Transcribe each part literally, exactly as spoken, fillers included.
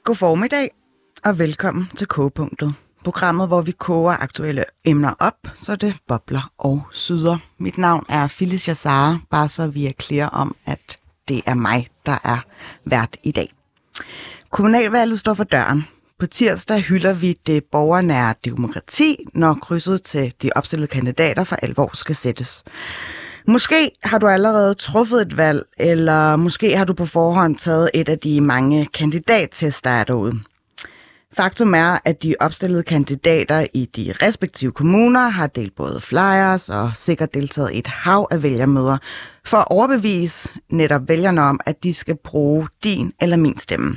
God formiddag, og velkommen til Kogepunktet. Programmet, hvor vi koger aktuelle emner op, så det bobler og syder. Mit navn er Phyllis Jassara, bare så vi er clear om, at det er mig, der er vært i dag. Kommunalvalget står for døren. På tirsdag hylder vi det borgernære demokrati, når krydset til de opstillede kandidater for alvor skal sættes. Måske har du allerede truffet et valg, eller måske har du på forhånd taget et af de mange kandidattester, der er derude. Faktum er, at de opstillede kandidater i de respektive kommuner har delt både flyers og sikkert deltaget i et hav af vælgermøder for at overbevise netop vælgerne om, at de skal bruge din eller min stemme.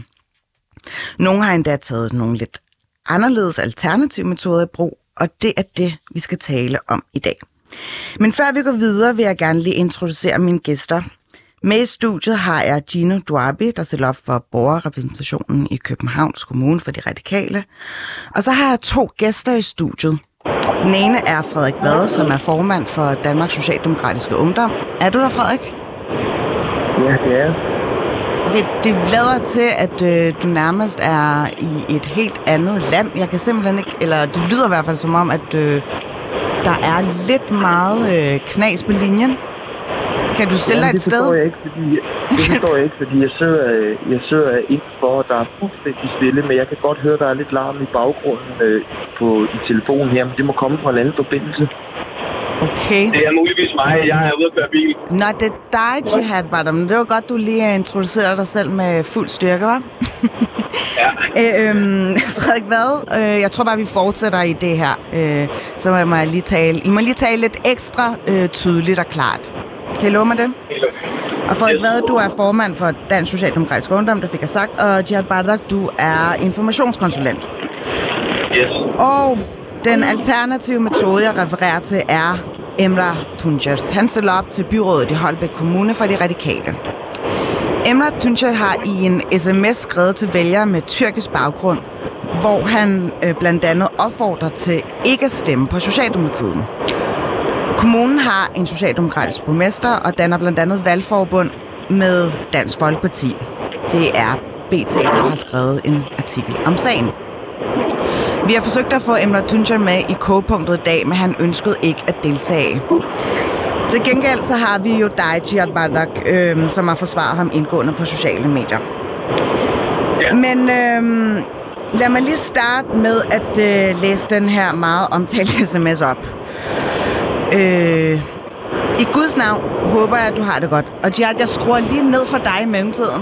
Nogle har endda taget nogle lidt anderledes alternative metoder i brug, og det er det, vi skal tale om i dag. Men før vi går videre, vil jeg gerne lige introducere mine gæster. Med i studiet har jeg Gino Duabi, der stiller op for borgerrepræsentationen i Københavns Kommune for de Radikale. Og så har jeg to gæster i studiet. Den ene er Frederik Vad, som er formand for Danmarks Socialdemokratiske Ungdom. Er du der, Frederik? Ja, det er. Okay, det lader til, at øh, du nærmest er i et helt andet land. Jeg kan simpelthen ikke, eller det lyder i hvert fald som om, at øh, der er lidt meget øh, knas på linjen. Kan du stille dig et sted? Det forstår jeg ikke, fordi, det forstår jeg ikke, fordi jeg sidder, jeg sidder indenfor, og der er fuldstændig stille, men jeg kan godt høre, at der er lidt larm i baggrunden øh, på, i telefonen her, men det må komme fra en anden forbindelse. Okay. Det er muligvis mig. Jeg er ude at køre bil. Nå, det er dig, Jihad Badam. Det var godt, du lige introducerede dig selv med fuld styrke, hva'? Ja. øh, øhm, Frederik Vad, øh, jeg tror bare, vi fortsætter i det her. Øh, så må jeg lige tale. I må lige tale lidt ekstra øh, tydeligt og klart. Kan I love mig det? Og Frederik Vad, du er formand for Dansk Socialdemokratisk Ungdom, det fik jeg sagt. Og Jihad Badam, du er informationskonsulent. Yes. Og den alternative metode, jeg refererer til, er Emrah Tuncer. Han stiller op til byrådet i Holbæk Kommune for de Radikale. Emrah Tuncer har i en sms skrevet til vælgere med tyrkisk baggrund, hvor han øh, blandt andet opfordrer til ikke at stemme på Socialdemokratiet. Kommunen har en socialdemokratisk borgmester og danner blandt andet valgforbund med Dansk Folkeparti. Det er B T, der har skrevet en artikel om sagen. Vi har forsøgt at få Emrah Tuncer med i kogepunktet i dag, men han ønskede ikke at deltage. Til gengæld så har vi jo dig, Jihad Badam, øh, som har forsvaret ham indgående på sociale medier. Men øh, lad mig lige starte med at øh, læse den her meget omtalte sms op. Øh, I Guds navn håber jeg, at du har det godt. Og Jihad, jeg skruer lige ned for dig i mellemtiden.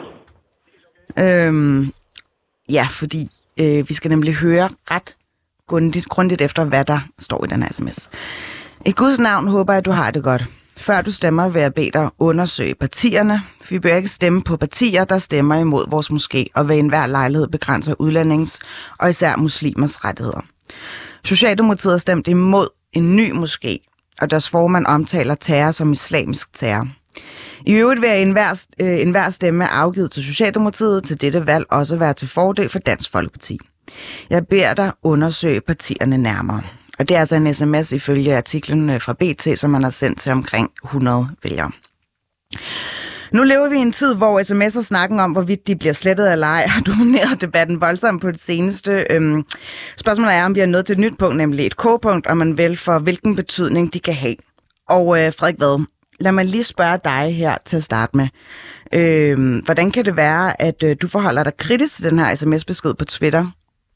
Øh, ja, fordi øh, vi skal nemlig høre ret grundigt, grundigt efter, hvad der står i den her sms. I Guds navn håber jeg, at du har det godt. Før du stemmer, vil jeg bede dig undersøge partierne. Vi bør ikke stemme på partier, der stemmer imod vores moské, og ved enhver lejlighed begrænser udlændings og især muslimers rettigheder. Socialdemokratiet har stemt imod en ny moské, og deres formand omtaler terror som islamisk terror. I øvrigt vil enhver, øh, enhver stemme afgivet til Socialdemokratiet til dette valg også være til fordel for Dansk Folkeparti. Jeg beder dig undersøge partierne nærmere. Og det er altså en sms ifølge artiklen fra B T, som man har sendt til omkring hundrede vælgere. Nu lever vi i en tid, hvor sms'er snakken om, hvorvidt de bliver slettet eller ej, har domineret debatten voldsomt på det seneste. Øhm, spørgsmålet er, om vi er nået til et nyt punkt, nemlig et K-punkt, og man vel for hvilken betydning de kan have. Og øh, Frederik Vad, lad mig lige spørge dig her til at starte med. Øhm, hvordan kan det være, at øh, du forholder dig kritisk til den her sms-besked på Twitter?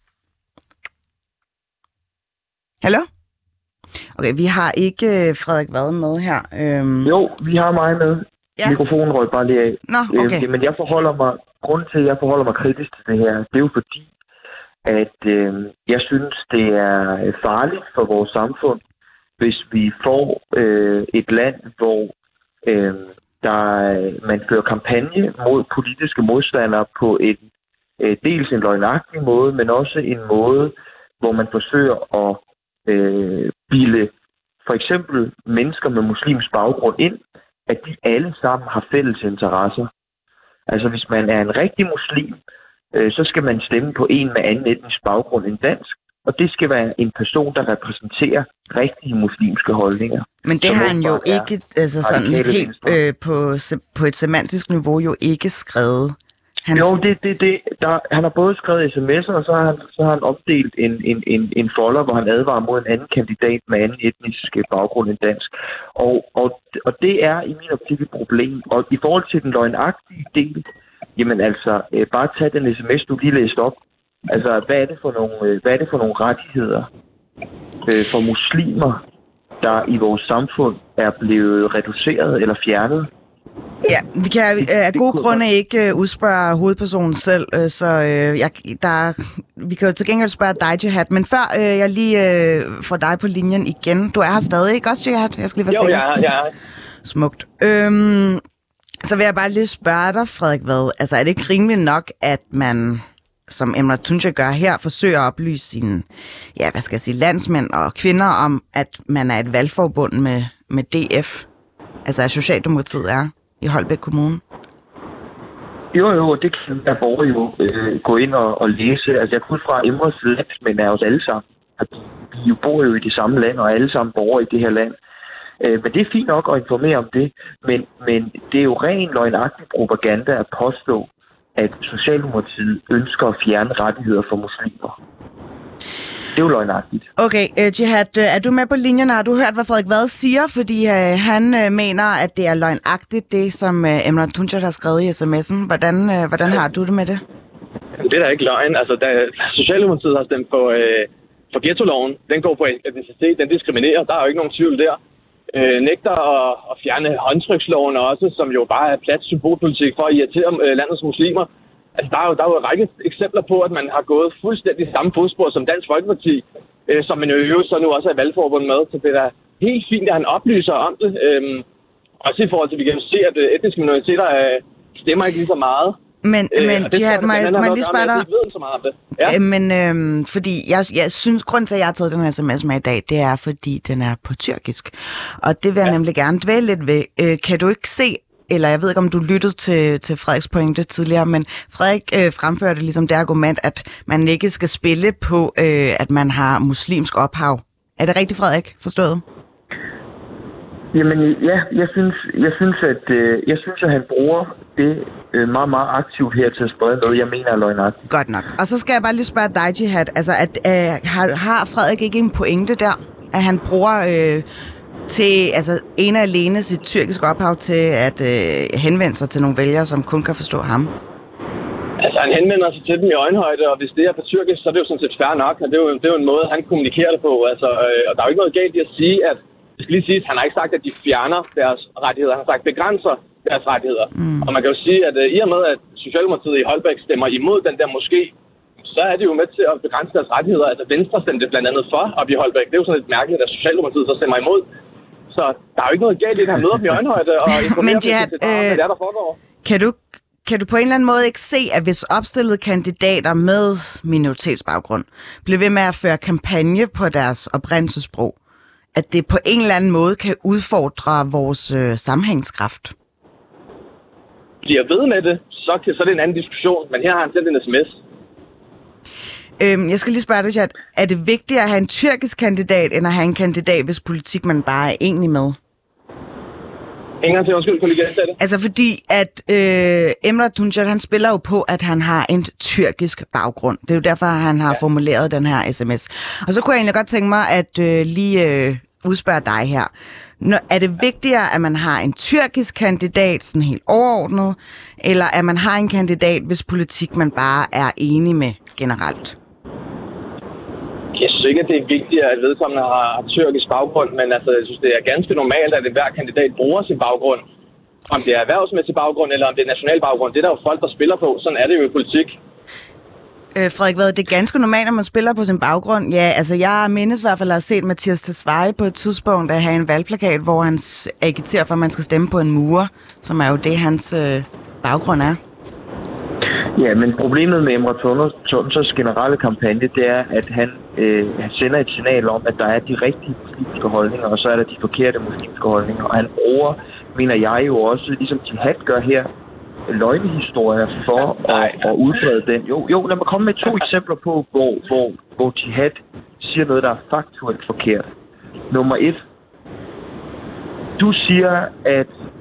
Hallo? Okay, vi har ikke Frederik Vad med her. Øhm... Jo, vi har mig med. Ja. Mikrofonen røg bare lige af. Nå, okay. Øh, men jeg forholder mig, grunden til, at jeg forholder mig kritisk til det her, det er jo fordi, at øh, jeg synes, det er farligt for vores samfund, hvis vi får øh, et land, hvor øh, der, man fører kampagne mod politiske modstandere på en, øh, dels en løgnagtig måde, men også en måde, hvor man forsøger at øh, bilde for eksempel mennesker med muslimsk baggrund ind, at de alle sammen har fælles interesser. Altså hvis man er en rigtig muslim, øh, så skal man stemme på en med anden etnisk baggrund end dansk, og det skal være en person, der repræsenterer rigtige muslimske holdninger. Men det har han jo ikke, altså sådan helt øh, på, på et semantisk niveau jo ikke skrevet. Hans... Jo, det, det, det. Der, han har både skrevet sms'er, og så har han, så har han opdelt en, en, en, en folder, hvor han advarer mod en anden kandidat med anden etnisk baggrund end dansk. Og, og, og det er i min optik et problem. Og i forhold til den løgnagtige del, jamen altså, øh, bare tag den sms, du lige læste op. Altså, hvad er det for nogle, øh, hvad er det for nogle rettigheder øh, for muslimer, der i vores samfund er blevet reduceret eller fjernet? Ja, vi kan af gode grunde ikke udspørge hovedpersonen selv, så jeg, der, vi kan jo til gengæld spørge dig, Jihad. Men før jeg lige får dig på linjen igen, du er her stadig, ikke også, Jihad? Jeg skal lige være sikker. Jo, ja, ja. Smukt. Øhm, så vil jeg bare lige spørge dig, Frederik, hvad? Altså, er det ikke rimeligt nok, at man, som Emrah Tunç gør her, forsøger at oplyse sine, ja, hvad skal jeg sige, landsmænd og kvinder om, at man er et valgforbund med, med D F? Altså, at Socialdemokratiet er i Holbæk Kommune? Jo, jo, det kan der borger jo øh, gå ind og, og læse. Altså, jeg kunne fra Emrahs landsmænd er os alle sammen. Vi bor jo i det samme land, og alle sammen borgere i det her land. Øh, men det er fint nok at informere om det. Men, men det er jo ren løgnagtig propaganda at påstå, at Socialdemokratiet ønsker at fjerne rettigheder for muslimer. Det er jo løgnagtigt. Okay, uh, Jihad, uh, er du med på linjen? Har du hørt, hvad Frederik Vad siger? Fordi uh, han uh, mener, at det er løgnagtigt, det som uh, Emrah Tunç har skrevet i sms'en. Hvordan, uh, hvordan har du det med det? Det er da ikke løgn. Altså, da Socialdemokratiet har stemt på, øh, for ghettoloven, den går på etnicitet, den diskriminerer. Der er jo ikke nogen tvivl der. Øh, nægter at, at fjerne håndtryksloven også, som jo bare er plat symbolpolitik for at irritere øh, landets muslimer. Altså, der er, jo, der er jo en række eksempler på, at man har gået fuldstændig samme fodspor som Dansk Folkeparti, øh, som man jo i øvrigt så nu også er valgforbund med. Så det er da helt fint, at han oplyser om det. Øhm, også i forhold til, at vi kan se, at etniske minoriteter øh, stemmer ikke lige så meget. Men, øh, men Jihad, må jeg lige spørge dig? Ved så meget om det. Ja. Øh, men øhm, fordi jeg, jeg synes, grund til, at jeg har taget den her sms med i dag, det er, fordi den er på tyrkisk. Og det vil jeg ja. nemlig gerne dvæle lidt ved. Øh, kan du ikke se, eller jeg ved ikke, om du lyttede til, til Frederiks pointe tidligere, men Frederik øh, fremførte ligesom det argument, at man ikke skal spille på, øh, at man har muslimsk ophav. Er det rigtigt, Frederik? Forstået? Jamen ja, jeg synes, jeg synes, at, øh, jeg synes, at han bruger det øh, meget, meget aktivt her til at sprede noget, jeg mener er løgnagtigt. Godt nok. Og så skal jeg bare lige spørge dig, Jihad. Altså, at, øh, har, har Frederik ikke en pointe der, at han bruger... Øh, til altså ene og alene sit tyrkiske ophav til at øh, henvende sig til nogle vælgere, som kun kan forstå ham? Altså, han henvender sig til dem i øjenhøjde, og hvis det er på tyrkisk, så er det jo sådan set fair nok. Og det er jo, det er jo en måde, han kommunikerer det på. Altså, øh, og der er jo ikke noget galt i at sige, at det skal lige sige, at han har ikke sagt, at de fjerner deres rettigheder. Han har sagt, begrænser deres rettigheder. Mm. Og man kan jo sige, at øh, i og med, at Socialdemokratiet i Holbæk stemmer imod den der moské, så er de jo med til at begrænse deres rettigheder. Altså, Venstre stemte blandt andet for op i Holbæk. Det er jo sådan lidt mærkeligt, at Socialdemokratiet så stemmer imod. Så der er jo ikke noget galt i, at han møder dem i øjenhøjde og informerer dem, at det er, der foregår. Kan du, kan du på en eller anden måde ikke se, at hvis opstillede kandidater med minoritetsbaggrund bliver ved med at føre kampagne på deres oprindelsessprog, at det på en eller anden måde kan udfordre vores øh, sammenhængskraft? Bliver ved med det, så, kan, så er det en anden diskussion. Men her har han sendt en sms. Øhm, jeg skal lige spørge dig, Jihad. Er det vigtigere at have en tyrkisk kandidat, end at have en kandidat, hvis politik man bare er enig med? Ingen gang til, undskyld, kollega. Altså fordi, at øh, Emrah Tunç, han spiller jo på, at han har en tyrkisk baggrund. Det er jo derfor, han har ja. formuleret den her sms. Og så kunne jeg egentlig godt tænke mig at øh, lige øh, udspørge dig her. Nå, er det vigtigere, at man har en tyrkisk kandidat, sådan helt overordnet, eller at man har en kandidat, hvis politik man bare er enig med generelt? Jeg synes ikke, at det er vigtigt, at vedkommende har tyrkisk baggrund, men altså, jeg synes, det er ganske normalt, at hver kandidat bruger sin baggrund. Om det er erhvervsmæssig baggrund, eller om det er national baggrund, det er der jo folk, der spiller på. Sådan er det jo i politik. Øh, Frederik Vad, det er ganske normalt, at man spiller på sin baggrund. Ja, altså jeg mindes i hvert fald at have set Mattias Tesfaye på et tidspunkt at have en valgplakat, hvor han agiterer for, at man skal stemme på en murer, som er jo det, hans øh, baggrund er. Ja, men problemet med Emrah Tunçs generelle kampagne, det er, at han, øh, han sender et signal om, at der er de rigtige muslimske holdninger, og så er der de forkerte muslimske holdninger. Og han bruger, mener jeg jo også, ligesom Jihad gør her, løgnehistorier for at, at udbrede den. Jo, jo, lad mig komme med to eksempler på, hvor, hvor, hvor Jihad siger noget, der er faktuelt forkert. Nummer et. Du siger, at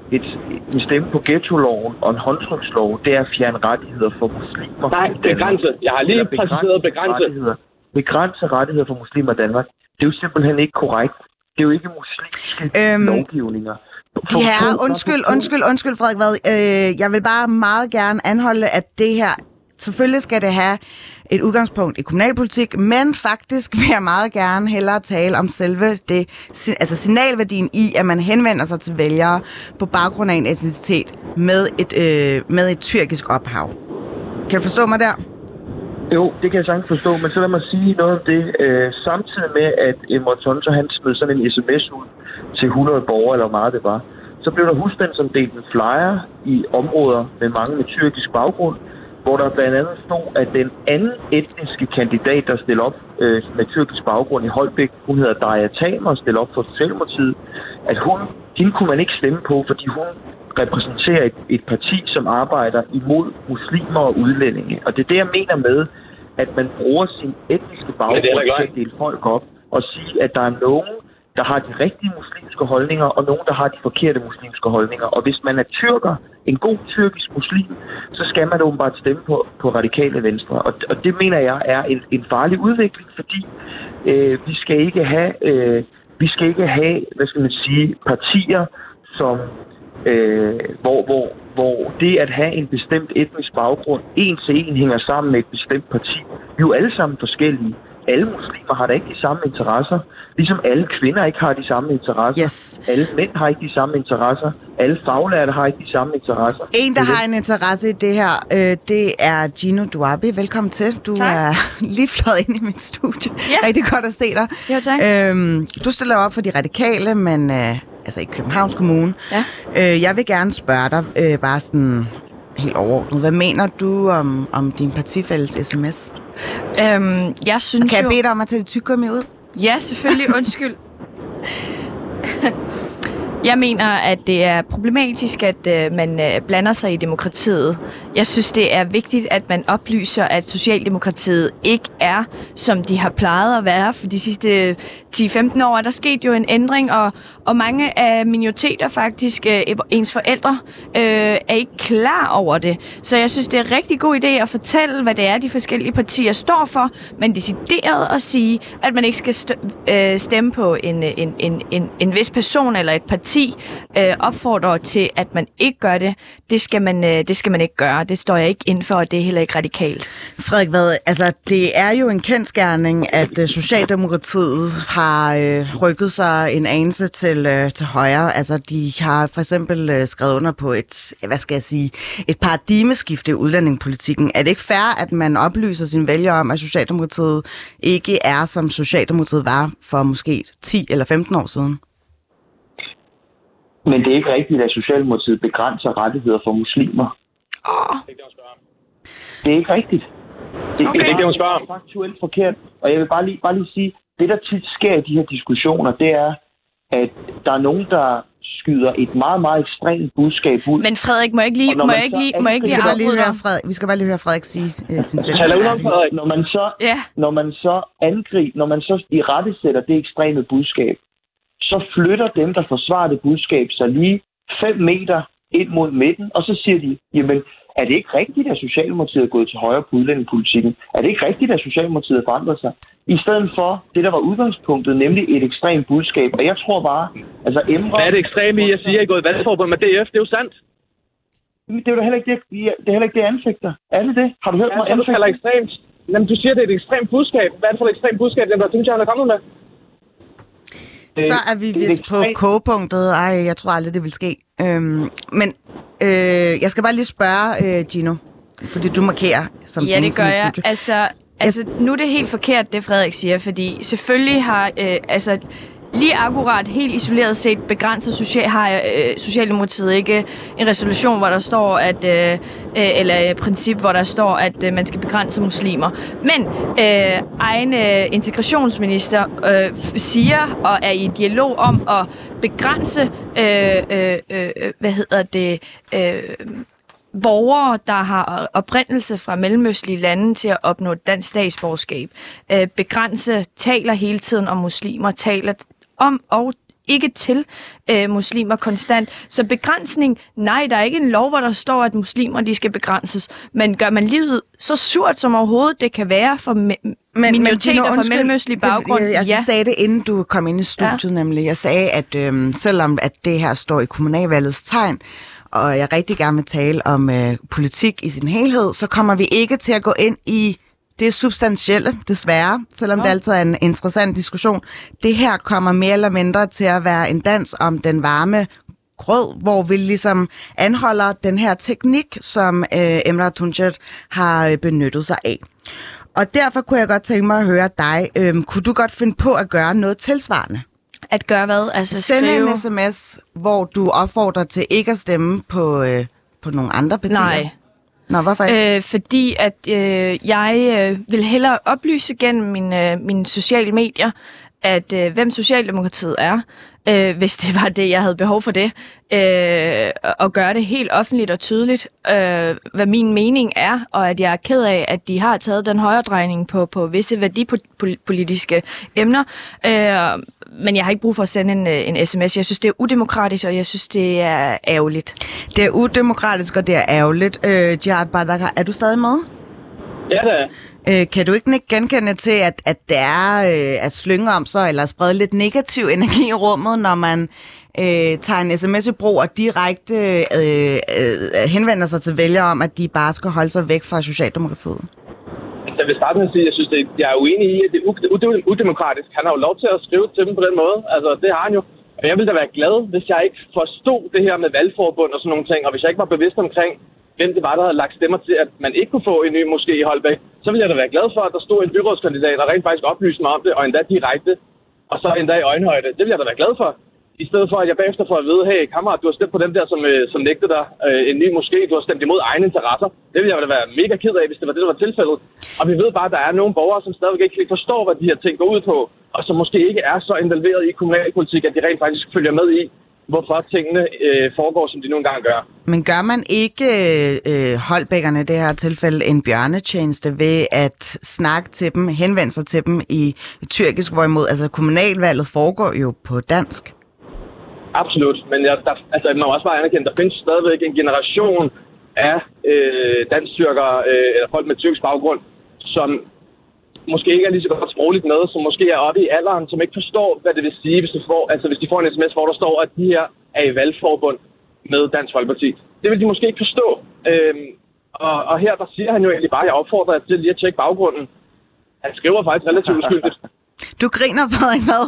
et, en stemme på ghettoloven og en håndtrykslov, det er at fjerne rettigheder for muslimer. Nej, begrænse. Jeg har lige præciseret begrænse. Rettigheder. Begrænse rettigheder for muslimer i Danmark. Det er jo simpelthen ikke korrekt. Det er jo ikke muslimske øhm, lovgivninger. De her, undskyld, undskyld, undskyld, Frederik Vad. Øh, jeg vil bare meget gerne anholde, at det her, selvfølgelig skal det have et udgangspunkt i kommunalpolitik, men faktisk vil jeg meget gerne hellere tale om selve det, altså signalværdien i, at man henvender sig til vælgere på baggrund af en etnicitet med et, øh, med et tyrkisk ophav. Kan du forstå mig der? Jo, det kan jeg sagtens forstå, men så lad mig sige noget om det. Øh, samtidig med, at Emre Tuncer, han smed sådan en sms ud til hundrede borgere, eller hvor meget det var, så blev der husstandsomdelt en flyer i områder med mange med tyrkisk baggrund, hvor der blandt andet stod, at den anden etniske kandidat, der stiller op øh, med tyrkisk baggrund i Holbæk, hun hedder Daria Tamer, stiller op for Socialdemokratiet, at hun, hende kunne man ikke stemme på, fordi hun repræsenterer et, et parti, som arbejder imod muslimer og udlændinge. Og det er det, jeg mener med, at man bruger sin etniske baggrund til at dele folk op og sige, at der er nogen, der har de rigtige muslimske holdninger, og nogen, der har de forkerte muslimske holdninger. Og hvis man er tyrker, en god tyrkisk muslim, så skal man åbenbart stemme på, på radikale venstre. Og, og det mener jeg er en, en farlig udvikling, fordi øh, vi skal ikke have, øh, vi skal ikke have, hvad skal man sige, partier, som Øh, hvor, hvor, hvor det at have en bestemt etnisk baggrund en til en hænger sammen med et bestemt parti. Vi er jo alle sammen forskellige. Alle muslimer har da ikke de samme interesser, ligesom alle kvinder ikke har de samme interesser. Yes. Alle mænd har ikke de samme interesser. Alle faglærte har ikke de samme interesser. En, der har en interesse i det her, øh, det er Gino Duabi. Velkommen til. Du tak. Er lige fløjet ind i mit studie. Ja. Rigtig godt at se dig. Jo, tak. Øhm, du stiller op for de radikale, men øh, altså i Københavns Kommune. Ja. Øh, jeg vil gerne spørge dig, øh, bare sådan helt overordnet. Hvad mener du om, om din partifælles sms? Øhm, jeg synes kan jeg jo... bede dig om at tage det tyggegummi ud? Ja, selvfølgelig. Undskyld. Jeg mener, at det er problematisk, at øh, man øh, blander sig i demokratiet. Jeg synes, det er vigtigt, at man oplyser, at Socialdemokratiet ikke er, som de har plejet at være. For de sidste ti til femten år er der sket jo en ændring, og, og mange af minoriteter faktisk, øh, ens forældre, øh, er ikke klar over det. Så jeg synes, det er en rigtig god idé at fortælle, hvad det er, de forskellige partier står for, men decideret at sige, at man ikke skal st- øh, stemme på en, en, en, en, en vis person eller et parti, Øh, opfordrer til, at man ikke gør det. Det skal man, øh, det skal man ikke gøre. Det står jeg ikke inden for, og det er heller ikke radikalt. Frederik Vad, altså det er jo en kendsgerning, at øh, Socialdemokratiet har øh, rykket sig en anelse til, øh, til højre. Altså de har for eksempel øh, skrevet under på et, hvad skal jeg sige, et paradigmeskifte i udlændingepolitikken. Er det ikke fair, at man oplyser sine vælgere om, at Socialdemokratiet ikke er, som Socialdemokratiet var for måske ti eller femten år siden? Men det er ikke rigtigt, at Socialdemokratiet begrænser rettigheder for muslimer. Oh. Det er ikke rigtigt. Det, okay. det er ikke det, hun spørger om. Det er faktuelt forkert. Og jeg vil bare lige, bare lige sige, det der tit sker i de her diskussioner, det er, at der er nogen, der skyder et meget, meget ekstremt budskab ud. Men Frederik, må jeg ikke lige, må jeg ikke lige, må jeg ikke lige afbryde dig? Vi skal bare lige høre Frederik sige uh, sin selv. Når man så, yeah. når man så angriber, når man så i rette sætter det ekstreme budskab, så flytter dem, der forsvarer det budskab, sig lige fem meter ind mod midten, og så siger de, jamen, er det ikke rigtigt, at Socialdemokratiet er gået til højre på udlændingepolitikken? Er det ikke rigtigt, at Socialdemokratiet forandrer sig? I stedet for det, der var udgangspunktet, nemlig et ekstremt budskab. Og jeg tror bare, altså Emre... Hvad er det ekstreme i at sige, at I er gået i valgforbund med D F? Det er jo sandt. Det er jo heller ikke det, det, er heller ikke det, jeg anfægter. Er det det? Har du hørt mig anfægte? Du kalder ekstremt. Jamen, du siger, det er et ekstremt budskab. Hvad er det for et ekstremt budskab, den der synes, jeg han er kommet med? Så er vi vist på kogepunktet. Ej, jeg tror aldrig, det vil ske. Øhm, men øh, jeg skal bare lige spørge, øh, Gino, fordi du markerer som ja, det gør jeg. Altså, altså, nu er det helt forkert, det Frederik siger, fordi selvfølgelig har... Øh, altså, lige akkurat, helt isoleret set, begrænset social, har øh, Socialdemokratiet ikke en resolution, hvor der står, at øh, øh, eller et princip, hvor der står, at øh, man skal begrænse muslimer. Men øh, egen øh, integrationsminister øh, siger og er i dialog om at begrænse, øh, øh, øh, hvad hedder det, øh, borgere, der har oprindelse fra mellemøstlige lande til at opnå dansk statsborgerskab. Øh, begrænse, taler hele tiden om muslimer, taler om og ikke til øh, muslimer konstant. Så begrænsning, nej, der er ikke en lov, hvor der står, at muslimer de skal begrænses. Men gør man livet så surt som overhovedet det kan være for me- men, minoriteter men, fra mellemøstlig baggrund? Det, jeg, jeg ja. sagde det, inden du kom ind i studiet, ja. nemlig. Jeg sagde, at øhm, selvom at det her står i kommunalvalgets tegn, og jeg rigtig gerne vil tale om øh, politik i sin helhed, så kommer vi ikke til at gå ind i det substantielle, desværre, selvom ja. det altid er en interessant diskussion. Det her kommer mere eller mindre til at være en dans om den varme grød, hvor vi ligesom anholder den her teknik, som øh, Emrah Tunç har benyttet sig af. Og derfor kunne jeg godt tænke mig at høre dig. Øhm, kunne du godt finde på at gøre noget tilsvarende? At gøre hvad? Altså Sende skrive... en sms, hvor du opfordrer til ikke at stemme på, øh, på nogle andre partier? Nej. Nå, hvorfor ikke? Øh, fordi at øh, jeg øh, vil hellere oplyse gennem mine, øh, mine sociale medier, at øh, hvem Socialdemokratiet er, øh, hvis det var det, jeg havde behov for det, øh, og gøre det helt offentligt og tydeligt, øh, hvad min mening er, og at jeg er ked af, at de har taget den højredrejning på, på visse værdipolitiske emner. Øh, men jeg har ikke brug for at sende en, en sms. Jeg synes, det er udemokratisk, og jeg synes, det er ærgerligt. Det er udemokratisk, og det er ærgerligt. Øh, Jihad Bardaka, er du stadig med? Ja, det er. Øh, kan du ikke genkende til, at, at det er øh, at slynge om sig, eller sprede lidt negativ energi i rummet, når man øh, tager en sms i brug og direkte øh, øh, henvender sig til vælgere om, at de bare skal holde sig væk fra Socialdemokratiet? Jeg vil starte med at sige, at jeg synes, det, jeg er uenig i, at det er udemokratisk. Han har jo lov til at skrive til dem på den måde. Altså, det har han jo. Og jeg ville da være glad, hvis jeg ikke forstod det her med valgforbund og sådan nogle ting, og hvis jeg ikke var bevidst omkring, hvem det var, der havde lagt stemmer til, at man ikke kunne få en ny moské i Holbæk, så ville jeg da være glad for, at der stod en byrådskandidat, der rent faktisk oplyste mig om det, og endda direkte, og så endda i øjenhøjde. Det ville jeg da være glad for. I stedet for, at jeg bagefter får at vide, hey, kammerat, du har stemt på dem der, som, som nægtede dig øh, en ny moské, du har stemt imod egne interesser. Det ville jeg da være mega ked af, hvis det var det, der var tilfældet. Og vi ved bare, at der er nogle borgere, som stadigvæk ikke forstår, hvad de her ting går ud på, og som måske ikke er så involveret i kommunalpolitik, at de rent faktisk følger med i, hvorfor tingene øh, foregår, som de nogle gange gør. Men gør man ikke øh, Holbækkerne i det her tilfælde en bjørnetjeneste ved at snakke til dem, henvende sig til dem i, i tyrkisk, hvorimod altså kommunalvalget foregår jo på dansk? Absolut, men jeg, der, altså, man må også bare anerkende, der findes stadigvæk en generation af øh, dansk-tyrkere, øh, eller folk med tyrkisk baggrund, som måske ikke er lige så godt sprogligt med, som måske er oppe i alderen, som ikke forstår, hvad det vil sige, hvis de får, altså, hvis de får en sms, hvor der står, at de her er i valgforbund med Dansk Folkeparti. Det vil de måske ikke forstå. Øhm, og, og her der siger han jo egentlig bare, at jeg opfordrer jer til lige at tjekke baggrunden. Han skriver faktisk relativt uskyldigt. Du griner, Frederik, hvad?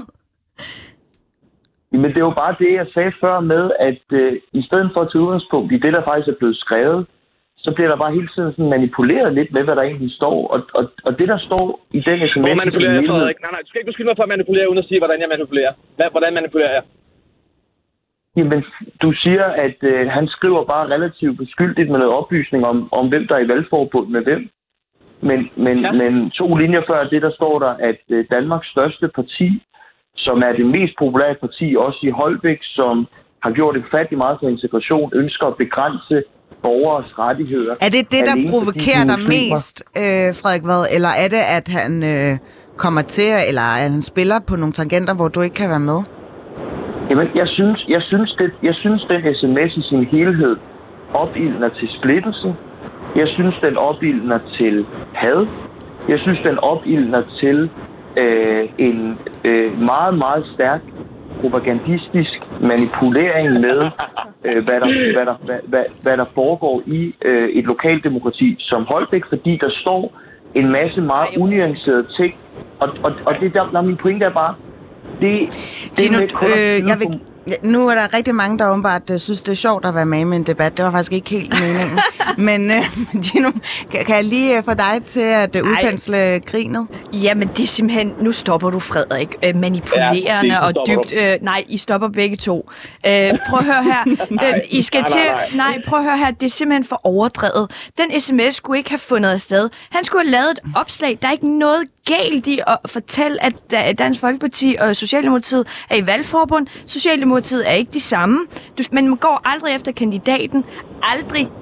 Men det er jo bare det, jeg sagde før med, at øh, i stedet for at tage udgangspunkt i det, der faktisk er blevet skrevet, så bliver der bare hele tiden sådan manipuleret lidt med, hvad der egentlig står. Og, og, og det, der står i den sms... Hvor manipulerer jeg, Frederik? Nej, nej, du skal ikke beskylde mig for at manipulere, uden at sige, hvordan jeg manipulerer. Hvad, hvordan manipulerer jeg? Jamen, du siger, at øh, han skriver bare relativt beskyldigt med noget oplysning om, om hvem der er i valgforbund med hvem. Men, men, ja. men to linjer før det, der står der, at øh, Danmarks største parti, som er det mest populære parti, også i Holbæk, som har gjort det fattigt meget for integration, ønsker at begrænse borgers rettigheder. Er det det, der provokerer dig mest, øh, Frederik Vad? Eller er det, at han øh, kommer til, eller at han spiller på nogle tangenter, hvor du ikke kan være med? Jamen, jeg synes, jeg synes, det, jeg synes den sms i sin helhed opildner til splittelse. Jeg synes, den opildner til had. Jeg synes, den opildner til øh, en øh, meget, meget stærk propagandistisk manipulering med, øh, hvad, der, hvad, der, hvad, hvad, hvad der foregår i øh, et lokaldemokrati som Holbæk, fordi der står en masse meget unuancerede ting. Og, og, og det der, der min pointe er bare, det, det Gino, med kun øh, at jeg vil, nu er der rigtig mange, der åbenbart uh, synes, det er sjovt at være med i en debat. Det var faktisk ikke helt meningen. Men uh, Gino, kan, kan jeg lige uh, få dig til at uh, udpensle Ej. grinet? Jamen, det er simpelthen... Nu stopper du, Frederik. Uh, manipulerende ja, og dybt... Uh, nej, I stopper begge to. Uh, prøv at høre her. Uh, I skal til... Nej, prøv at høre her. Det er simpelthen for overdrevet. Den sms skulle ikke have fundet afsted. Han skulle have lavet et opslag. Der er ikke noget galt i at fortælle, at Dansk Folkeparti og Socialdemokratiet er i valgforbund. Socialdemokratiet er ikke de samme. Du, men man går aldrig efter kandidaten. Aldrig,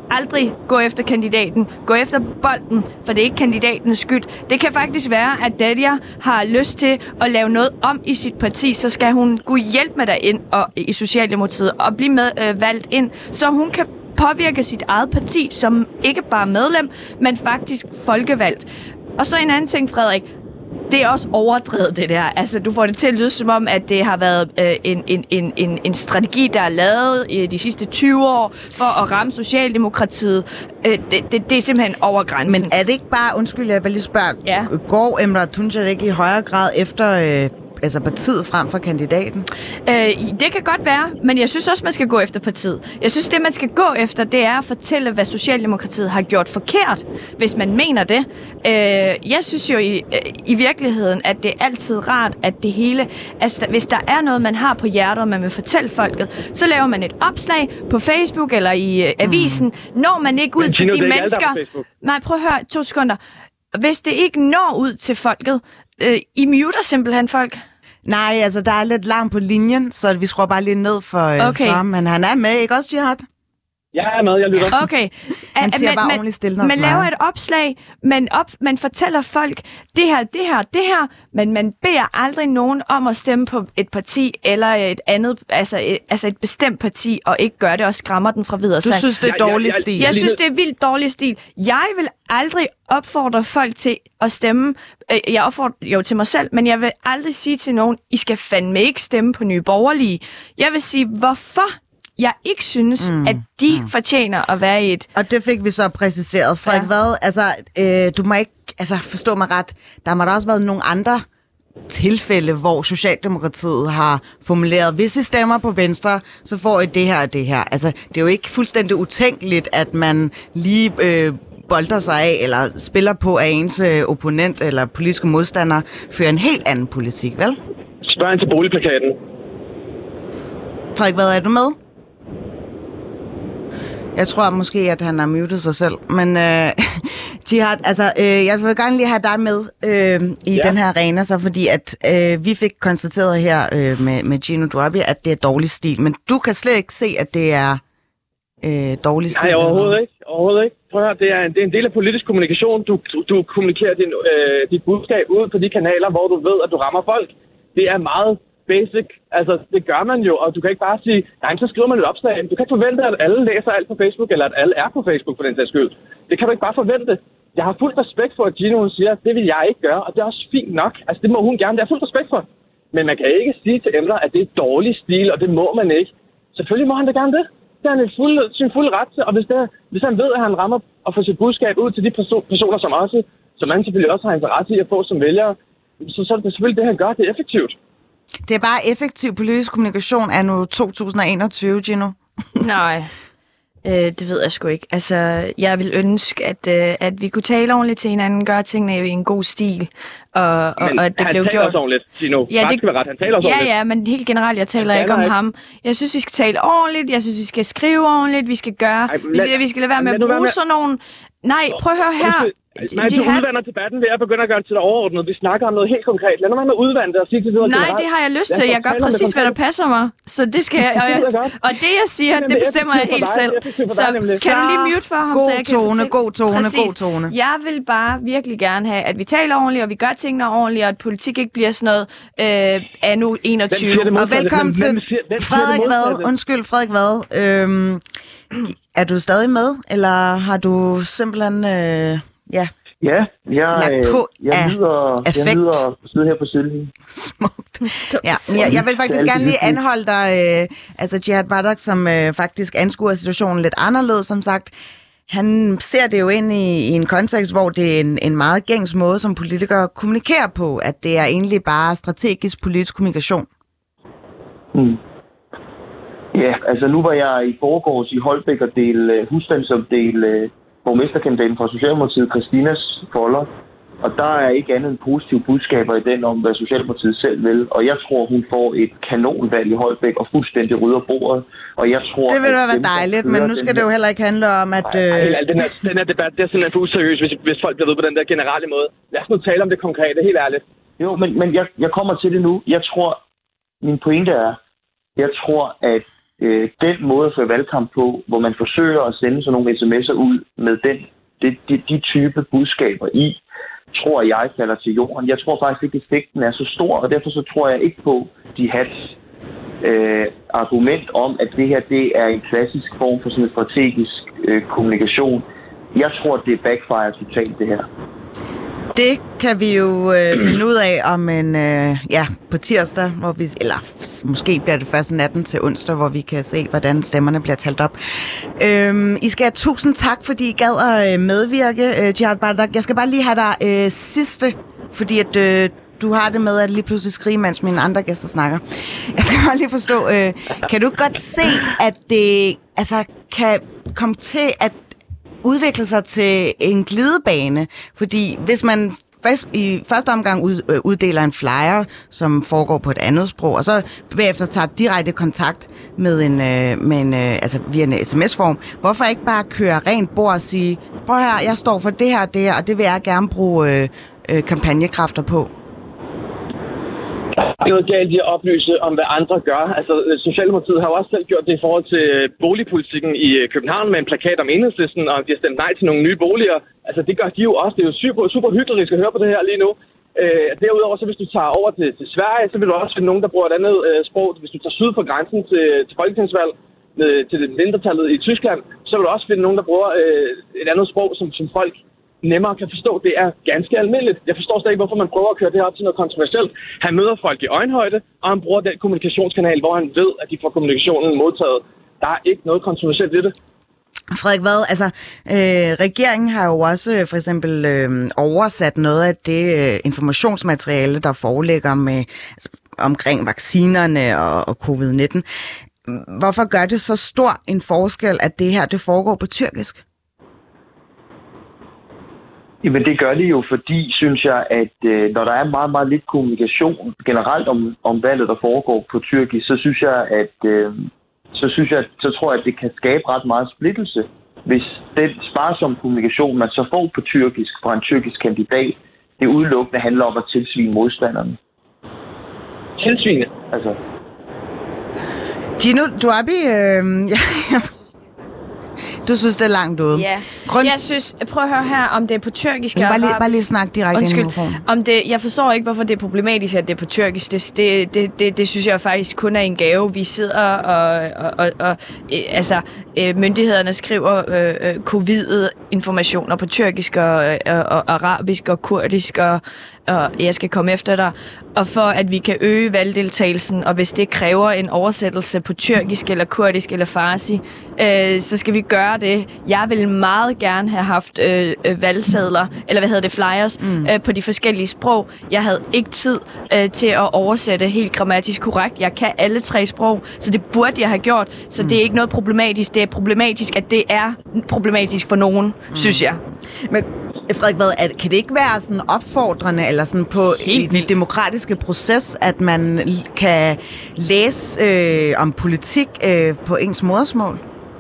aldrig gå efter kandidaten. Gå efter bolden, for det er ikke kandidatens skyld. Det kan faktisk være, at Nadia har lyst til at lave noget om i sit parti, så skal hun gå hjælp med derind og, i Socialdemokratiet og blive med, øh, valgt ind, så hun kan påvirke sit eget parti som ikke bare medlem, men faktisk folkevalgt. Og så en anden ting, Frederik. Det er også overdrevet, det der. Altså, du får det til at lyde som om, at det har været øh, en, en, en, en, en strategi, der er lavet i de sidste tyve år for at ramme Socialdemokratiet. Øh, det, det, det er simpelthen over grænsen. Men er det ikke bare, undskyld, jeg vil lige spørge, ja. går Emrah Tunç ikke i højere grad efter øh, altså partiet frem for kandidaten? Øh, det kan godt være, men jeg synes også, man skal gå efter partiet. Jeg synes, det man skal gå efter, det er at fortælle, hvad Socialdemokratiet har gjort forkert, hvis man mener det. Øh, jeg synes jo i, i virkeligheden, at det er altid rart, at det hele, altså hvis der er noget, man har på hjertet, og man vil fortælle folket, så laver man et opslag på Facebook eller i øh, avisen. Mm. Når man ikke ud men, til Gino, de mennesker... Nej, prøv at høre, to sekunder. Hvis det ikke når ud til folket, øh, I muter simpelthen folk. Nej, altså der er lidt larm på linjen, så vi skruer bare lige ned for, øh, okay. for ham. Men han er med, ikke også, Jihad? Jeg er med, jeg lytter. Han Okay. siger man, bare man, ordentligt stille, når man laver et opslag, man, op, man fortæller folk, det her, det her, det her, men man beder aldrig nogen om at stemme på et parti eller et andet, altså et, altså et bestemt parti, og ikke gøre det og skræmmer den fra videre. Du synes, det er dårlig jeg, jeg, stil? Jeg, jeg synes, det er vildt dårlig stil. Jeg vil aldrig opfordre folk til at stemme. Jeg opfordrer jo til mig selv, men jeg vil aldrig sige til nogen, I skal fandme ikke stemme på Nye Borgerlige. Jeg vil sige, hvorfor jeg ikke synes, mm. at de mm. fortjener at være i et... Og det fik vi så præciseret. Frederik, ja. hvad? Altså, øh, du må ikke altså, forstå mig ret. Der må da også været nogle andre tilfælde, hvor Socialdemokratiet har formuleret, hvis I stemmer på Venstre, så får I det her og det her. Altså, det er jo ikke fuldstændig utænkeligt, at man lige øh, bolder sig af, eller spiller på, at ens øh, opponent eller politiske modstander fører en helt anden politik, vel? Spørg ind til boligplakaten. Frederik, hvad er du med? Jeg tror måske, at han har muted sig selv. Men øh, Jihad, altså, øh, jeg vil gerne lige have dig med øh, i ja. den her arena, så fordi at øh, vi fik konstateret her øh, med, med Gino Droubi, at det er dårlig stil. Men du kan slet ikke se, at det er øh, dårlig stil? Nej, overhovedet ikke. Overhovedet ikke. Prøv at høre, det er, en, det er en del af politisk kommunikation. Du, du, du kommunikerer din, øh, dit budskab ud på de kanaler, hvor du ved, at du rammer folk. Det er meget basic. Altså, det gør man jo, og du kan ikke bare sige, nej, så skriver man et opslag. Du kan ikke forvente, at alle læser alt på Facebook, eller at alle er på Facebook for den sags skyld. Det kan du ikke bare forvente. Jeg har fuld respekt for, at Gino hun siger, det vil jeg ikke gøre, og det er også fint nok. Altså, det må hun gerne. Det er fuld respekt for. Men man kan ikke sige til Emrah, at det er dårlig stil, og det må man ikke. Selvfølgelig må han da gerne det. Det er han fuld, sin fulde ret til, og hvis, det, hvis han ved, at han rammer og får sit budskab ud til de perso- personer, som også, som han selvfølgelig også har interesse i at få som vælgere, så, så er det selvfølgelig det, han gør. Det er effektivt. Det er bare effektiv politisk kommunikation af nu to tusind og enogtyve, Gino. Nej, øh, det ved jeg sgu ikke. Altså, jeg vil ønske, at, øh, at vi kunne tale ordentligt til hinanden, gøre tingene i en god stil. Og, og, men og at det han blev taler gjort... også ordentligt, Gino. Ja, det... ret. Han taler også ja, ordentligt. ja, men helt generelt, jeg taler han ikke om ikke. ham. Jeg synes, vi skal tale ordentligt. Jeg synes, vi skal skrive ordentligt. Vi skal gøre... Ej, lad... vi, skal, vi skal lade være med at bruge med... sådan nogle... Nej, prøv at høre her. Nej, du udvander debatten ved at begynde at gøre det til det overordnede. Vi snakker om noget helt konkret. Lad nu være med at udvande det og sige til videre. Nej, det har jeg lyst til. Jeg gør præcis, hvad der passer mig. Så det skal jeg. Og, jeg, og det, jeg siger, det bestemmer jeg helt selv. Så kan du lige mute for ham, god så jeg kan tone, god tone, præcis. god tone. Jeg vil bare virkelig gerne have, at vi taler ordentligt, og vi gør tingene ordentligt, og at politik ikke bliver sådan noget øh, anno enogtyve. Og velkommen til Frederik Vad. Undskyld, Frederik Vad. Øhm, er du stadig med, eller har du simpelthen... Øh, ja... Ja, jeg, på jeg, nyder, jeg nyder at sidde her på sidelinjen. Smukt. Ja, jeg, jeg vil faktisk gerne lige anholde dig, øh, altså Jihad Bardak, som øh, faktisk anskuer situationen lidt anderledes, som sagt. Han ser det jo ind i, i en kontekst, hvor det er en, en meget gængs måde, som politikere kommunikerer på, at det er egentlig bare strategisk politisk kommunikation. Hmm. Ja, altså nu var jeg i forgårs i Holbæk og del husstandsopdel borgmesterkandidaten fra Socialdemokratiet, Christinas folder. Og der er ikke andet end positive budskaber i den om, hvad Socialdemokratiet selv vil. Og jeg tror, hun får et kanonvalg i Holbæk og fuldstændig rydder bordet. Og jeg tror, det vil være dejligt, men nu skal det jo heller ikke handle om, at... Ej, ej, ej, den, her, den her debat, det er simpelthen for useriøst, hvis, hvis folk bliver ved på den der generelle måde. Lad os nu tale om det konkrete, helt ærligt. Jo, men, men jeg, jeg kommer til det nu. Jeg tror, min pointe er, jeg tror, at øh, den måde at føre valgkamp på, hvor man forsøger at sende sådan nogle sms'er ud med den, de, de, de type budskaber i, tror jeg falder til jorden. Jeg tror faktisk ikke, at effekten er så stor, og derfor så tror jeg ikke på de hats øh, argument om, at det her det er en klassisk form for sådan en strategisk øh, kommunikation. Jeg tror, det er backfire totalt, det her. Det kan vi jo øh, finde ud af om en, øh, ja, på tirsdag, hvor vi, eller måske bliver det først natten til onsdag, hvor vi kan se, hvordan stemmerne bliver talt op. Øhm, I skal have tusind tak, fordi I gad at medvirke, øh, Jihad Bardak. Jeg skal bare lige have dig øh, sidste, fordi at øh, du har det med at lige pludselig skrige, mens mine andre gæster snakker. Jeg skal bare lige forstå, øh, kan du godt se, at det altså, kan komme til at udvikle sig til en glidebane? Fordi hvis man først, i første omgang ud, øh, uddeler en flyer, som foregår på et andet sprog, og så bagefter tager direkte kontakt med en, øh, med en øh, altså via en sms-form, hvorfor ikke bare køre rent bord og sige, prøv her, jeg står for det her og det her, og det vil jeg gerne bruge øh, øh, kampagnekræfter på? Det er noget galt i at oplyse om, hvad andre gør. Altså, Socialdemokratiet har jo også selv gjort det i forhold til boligpolitikken i København med en plakat om Enhedslisten, og de har stemt nej til nogle nye boliger. Altså, det gør de jo også. Det er jo super, super hyggeligt at høre på det her lige nu. Øh, derudover, så hvis du tager over til, til Sverige, så vil du også finde nogen, der bruger et andet øh, sprog. Hvis du tager syd for grænsen til, til folketingsvalg, med, til det mindretallet i Tyskland, så vil du også finde nogen, der bruger øh, et andet sprog, som, som folk nemmere kan forstå. Det er ganske almindeligt. Jeg forstår stadig ikke, hvorfor man prøver at køre det her op til noget kontroversielt. Han møder folk i øjenhøjde, og han bruger den kommunikationskanal, hvor han ved, at de får kommunikationen modtaget. Der er ikke noget kontroversielt ved det. Frederik Vad, altså øh, regeringen har jo også for eksempel øh, oversat noget af det øh, informationsmateriale, der foreligger med altså, omkring vaccinerne og, og covid nitten. Hvorfor gør det så stor en forskel, at det her det foregår på tyrkisk? Jamen det gør det jo, fordi, synes jeg, at øh, når der er meget, meget lidt kommunikation generelt om, om valget, der foregår på tyrkisk, så synes jeg, at øh, så synes jeg, så tror jeg, at det kan skabe ret meget splittelse, hvis den sparsomme kommunikation, man så får på tyrkisk fra en tyrkisk kandidat, det udelukkende handler om at tilsvine modstanderne. Tilsvine? Altså. Gino Duabi, øh, du synes, det er langt ude. Ja, Grund... jeg synes, prøv at høre her, om det er på tyrkisk og bare lige, arabisk. bare lige snak direkte ind i mikrofonen. Om det, jeg forstår ikke, hvorfor det er problematisk, at det er på tyrkisk. Det, det, det, det, det synes jeg faktisk kun er en gave. Vi sidder og, og, og, og øh, altså, øh, myndighederne skriver øh, øh, covid-informationer på tyrkisk og, og, og arabisk og kurdisk, og, og jeg skal komme efter dig. Og for at vi kan øge valgdeltagelsen, og hvis det kræver en oversættelse på tyrkisk eller kurdisk eller farsi, øh, så skal vi gøre det. Jeg vil meget gerne have haft øh, valgsedler, eller hvad hedder det, flyers, mm. øh, på de forskellige sprog. Jeg havde ikke tid øh, til at oversætte helt grammatisk korrekt. Jeg kan alle tre sprog, så det burde jeg have gjort. Så mm. det er ikke noget problematisk. Det er problematisk, at det er problematisk for nogen, mm. synes jeg. Men Frederik Vad, kan det ikke være sådan opfordrende, eller sådan på i den demokratiske proces, at man kan læse øh, om politik øh, på ens modersmål?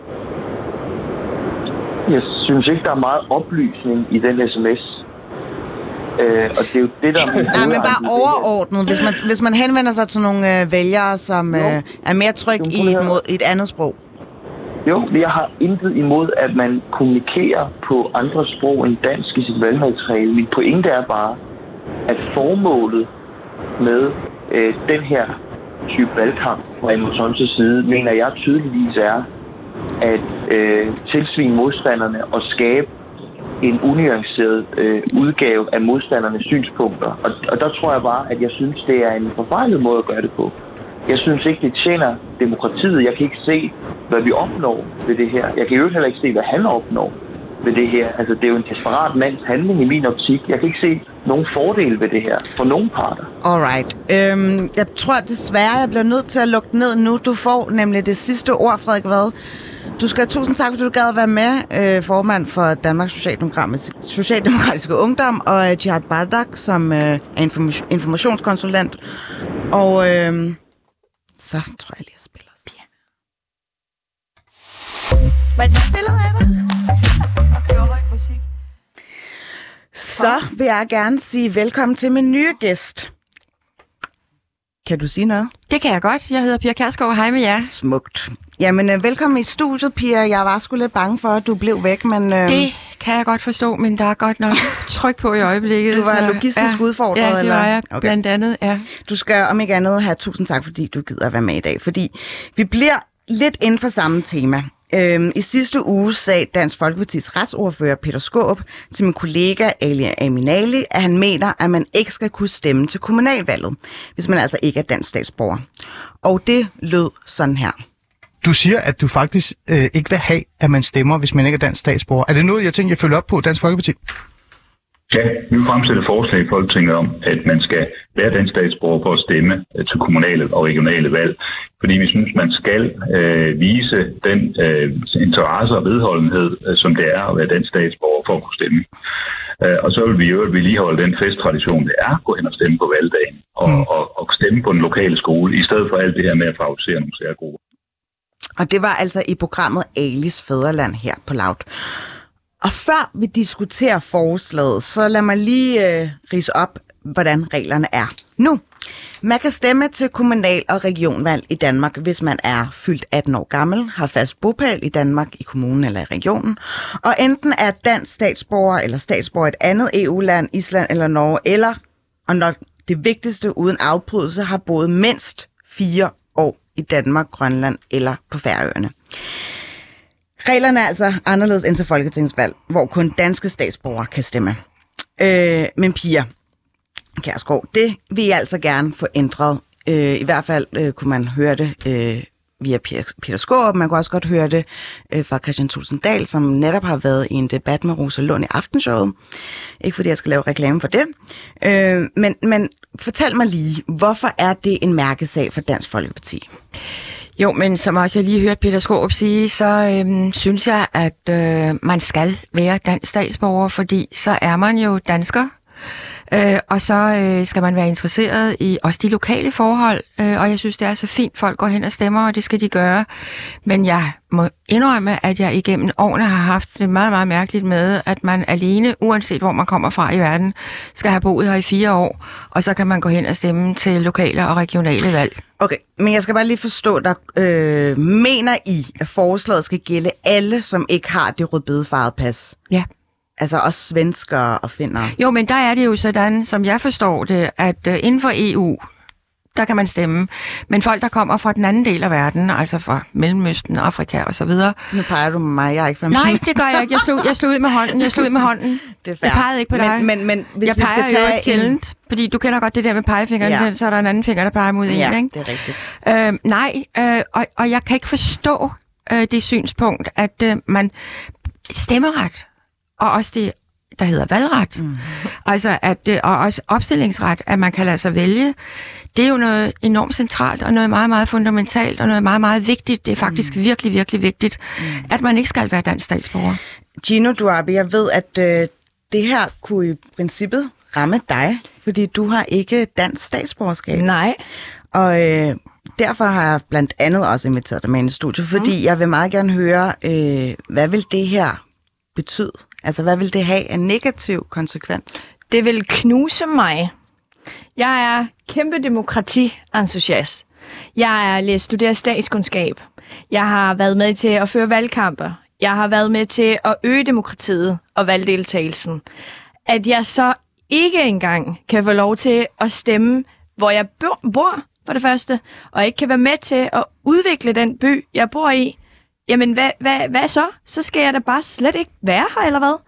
Jeg synes ikke, der er meget oplysning i den sms. Øh, og det er jo det, der... Nej, men bare overordnet. Hvis man, hvis man henvender sig til nogle øh, vælgere, som øh, er mere tryg i et, mod, i et andet sprog. Jo, jeg har intet imod, at man kommunikerer på andre sprog end dansk i sit valgmateriale. Min pointe er bare, at formålet med øh, den her type valgkamp fra Emil Thomsens side, mener jeg tydeligvis er at øh, tilsvine modstanderne og skabe en unuanceret øh, udgave af modstandernes synspunkter. Og, og der tror jeg bare, at jeg synes, det er en forfejlet måde at gøre det på. Jeg synes ikke, det tjener demokratiet. Jeg kan ikke se, hvad vi opnår ved det her. Jeg kan jo heller ikke se, hvad han opnår ved det her. Altså, det er jo en desperat mands handling i min optik. Jeg kan ikke se nogen fordel ved det her for nogen parter. Alright. Øhm, jeg tror desværre, jeg bliver nødt til at lukke ned nu. Du får nemlig det sidste ord, Frederik Vad. Du skal have tusind tak, fordi du gad at være med, øh, formand for Danmarks Socialdemokratiske Ungdom, og øh, Jihad Bardak, som øh, er inform- informationskonsulent. Og øh, så tror jeg lige, at spiller os. Ja. Må jeg tage et billede af dig? Det var høj musik. Så vil jeg gerne sige velkommen til min nye gæst. Kan du sige noget? Det kan jeg godt. Jeg hedder Pia Kjærsgaard. Hej med jer. Smukt. Jamen, øh, velkommen i studiet, Pia. Jeg var sgu lidt bange for, at du blev væk, men... Øh... Det kan jeg godt forstå, men der er godt nok tryk på i øjeblikket. Du var så, logistisk ja, udfordret, ja, det eller? var jeg Okay. blandt andet, ja. Du skal om ikke andet have tusind tak, fordi du gider at være med i dag, fordi vi bliver lidt inden for samme tema. Øhm, I sidste uge sagde Dansk Folkepartis retsordfører Peter Skaarup til min kollega Ali Aminali, at han mener, at man ikke skal kunne stemme til kommunalvalget, hvis man altså ikke er dansk statsborger. Og det lød sådan her. Du siger, at du faktisk øh, ikke vil have, at man stemmer, hvis man ikke er dansk statsborger. Er det noget, jeg tænker, jeg følger op på, Dansk Folkeparti? Ja, vi vil fremsætte forslag i Folketinget om, at man skal være dansk statsborger for at stemme til kommunale og regionale valg. Fordi vi synes, man skal øh, vise den øh, interesse og vedholdenhed, øh, som det er at være dansk statsborger for at kunne stemme. Øh, og så vil vi jo vedligeholde den festtradition, det er at gå hen og stemme på valgdagen og, mm. og, og stemme på den lokale skole, i stedet for alt det her med at favorisere nogle særgrupper. Og det var altså i programmet Alis Fædreland her på Loud. Og før vi diskuterer forslaget, så lad mig lige øh, ridse op, hvordan reglerne er nu. Man kan stemme til kommunal- og regionvalg i Danmark, hvis man er fyldt atten år gammel, har fast bopæl i Danmark, i kommunen eller i regionen, og enten er dansk statsborger eller statsborger i et andet E U-land, Island eller Norge, eller, og når det vigtigste uden afbrydelse, har boet mindst fire år i Danmark, Grønland eller på Færøerne. Reglerne er altså anderledes end til folketingsvalg, hvor kun danske statsborgere kan stemme. Øh, men Pia Kjærsgaard, det vil jeg altså gerne få ændret. Øh, I hvert fald øh, kunne man høre det øh, via Peter Skaarup. Man kunne også godt høre det øh, fra Kristian Thulesen Dahl, som netop har været i en debat med Rosa Lund i Aftenshowet. Ikke fordi jeg skal lave reklame for det. Øh, men, men fortæl mig lige, hvorfor er det en mærkesag for Dansk Folkeparti? Jo, men som også jeg lige hørte Peter Skaarup sige, så øhm, synes jeg, at øh, man skal være dansk statsborger, fordi så er man jo dansker. Øh, og så øh, skal man være interesseret i også de lokale forhold, øh, og jeg synes, det er så fint, folk går hen og stemmer, og det skal de gøre. Men jeg må indrømme, at jeg igennem årene har haft det meget, meget mærkeligt med, at man alene, uanset hvor man kommer fra i verden, skal have boet her i fire år, og så kan man gå hen og stemme til lokale og regionale valg. Okay, men jeg skal bare lige forstå dig. Øh, mener I, at forslaget skal gælde alle, som ikke har det rødbedefarvede pas? Ja. Altså også svenskere og finner. Jo, men der er det jo sådan, som jeg forstår det, at uh, inden for E U, der kan man stemme. Men folk, der kommer fra den anden del af verden, altså fra Mellemøsten, Afrika og så videre. Nu peger du med mig, jeg er ikke fra Nej, det gør jeg ikke. Jeg slog, jeg slog ud med hånden. Jeg slog ud med hånden. Det er jeg pegede ikke på dig. Men, men, men hvis jeg vi peger skal tage jo en... sjældent, fordi du kender godt det der med pegefingeren, ja. Så er der en anden finger, der peger mod ja, en, ikke? det er rigtigt. Øh, nej, øh, og, og jeg kan ikke forstå øh, det synspunkt, at øh, man stemmeret, og også det der hedder valgret. Mm. Altså at det, og også opstillingsret, at man kan lade sig vælge. Det er jo noget enormt centralt og noget meget, meget fundamentalt og noget meget, meget vigtigt. Det er faktisk mm. virkelig, virkelig vigtigt, mm. at man ikke skal være dansk statsborger. Gino Duabe, jeg ved, at øh, det her kunne i princippet ramme dig, fordi du har ikke dansk statsborgerskab. Nej. Og øh, derfor har jeg blandt andet også inviteret dig med i studiet, fordi mm. jeg vil meget gerne høre, øh, hvad vil det her betyde? Altså, hvad vil det have af negativ konsekvens? Det vil knuse mig. Jeg er kæmpe demokrati-entusiast. Jeg er læst studeret statskundskab. Jeg har været med til at føre valgkampe. Jeg har været med til at øge demokratiet og valgdeltagelsen. At jeg så ikke engang kan få lov til at stemme, hvor jeg bor, for det første, og ikke kan være med til at udvikle den by, jeg bor i, jamen, hvad, hvad, hvad så? Så skal jeg da bare slet ikke være her, eller hvad?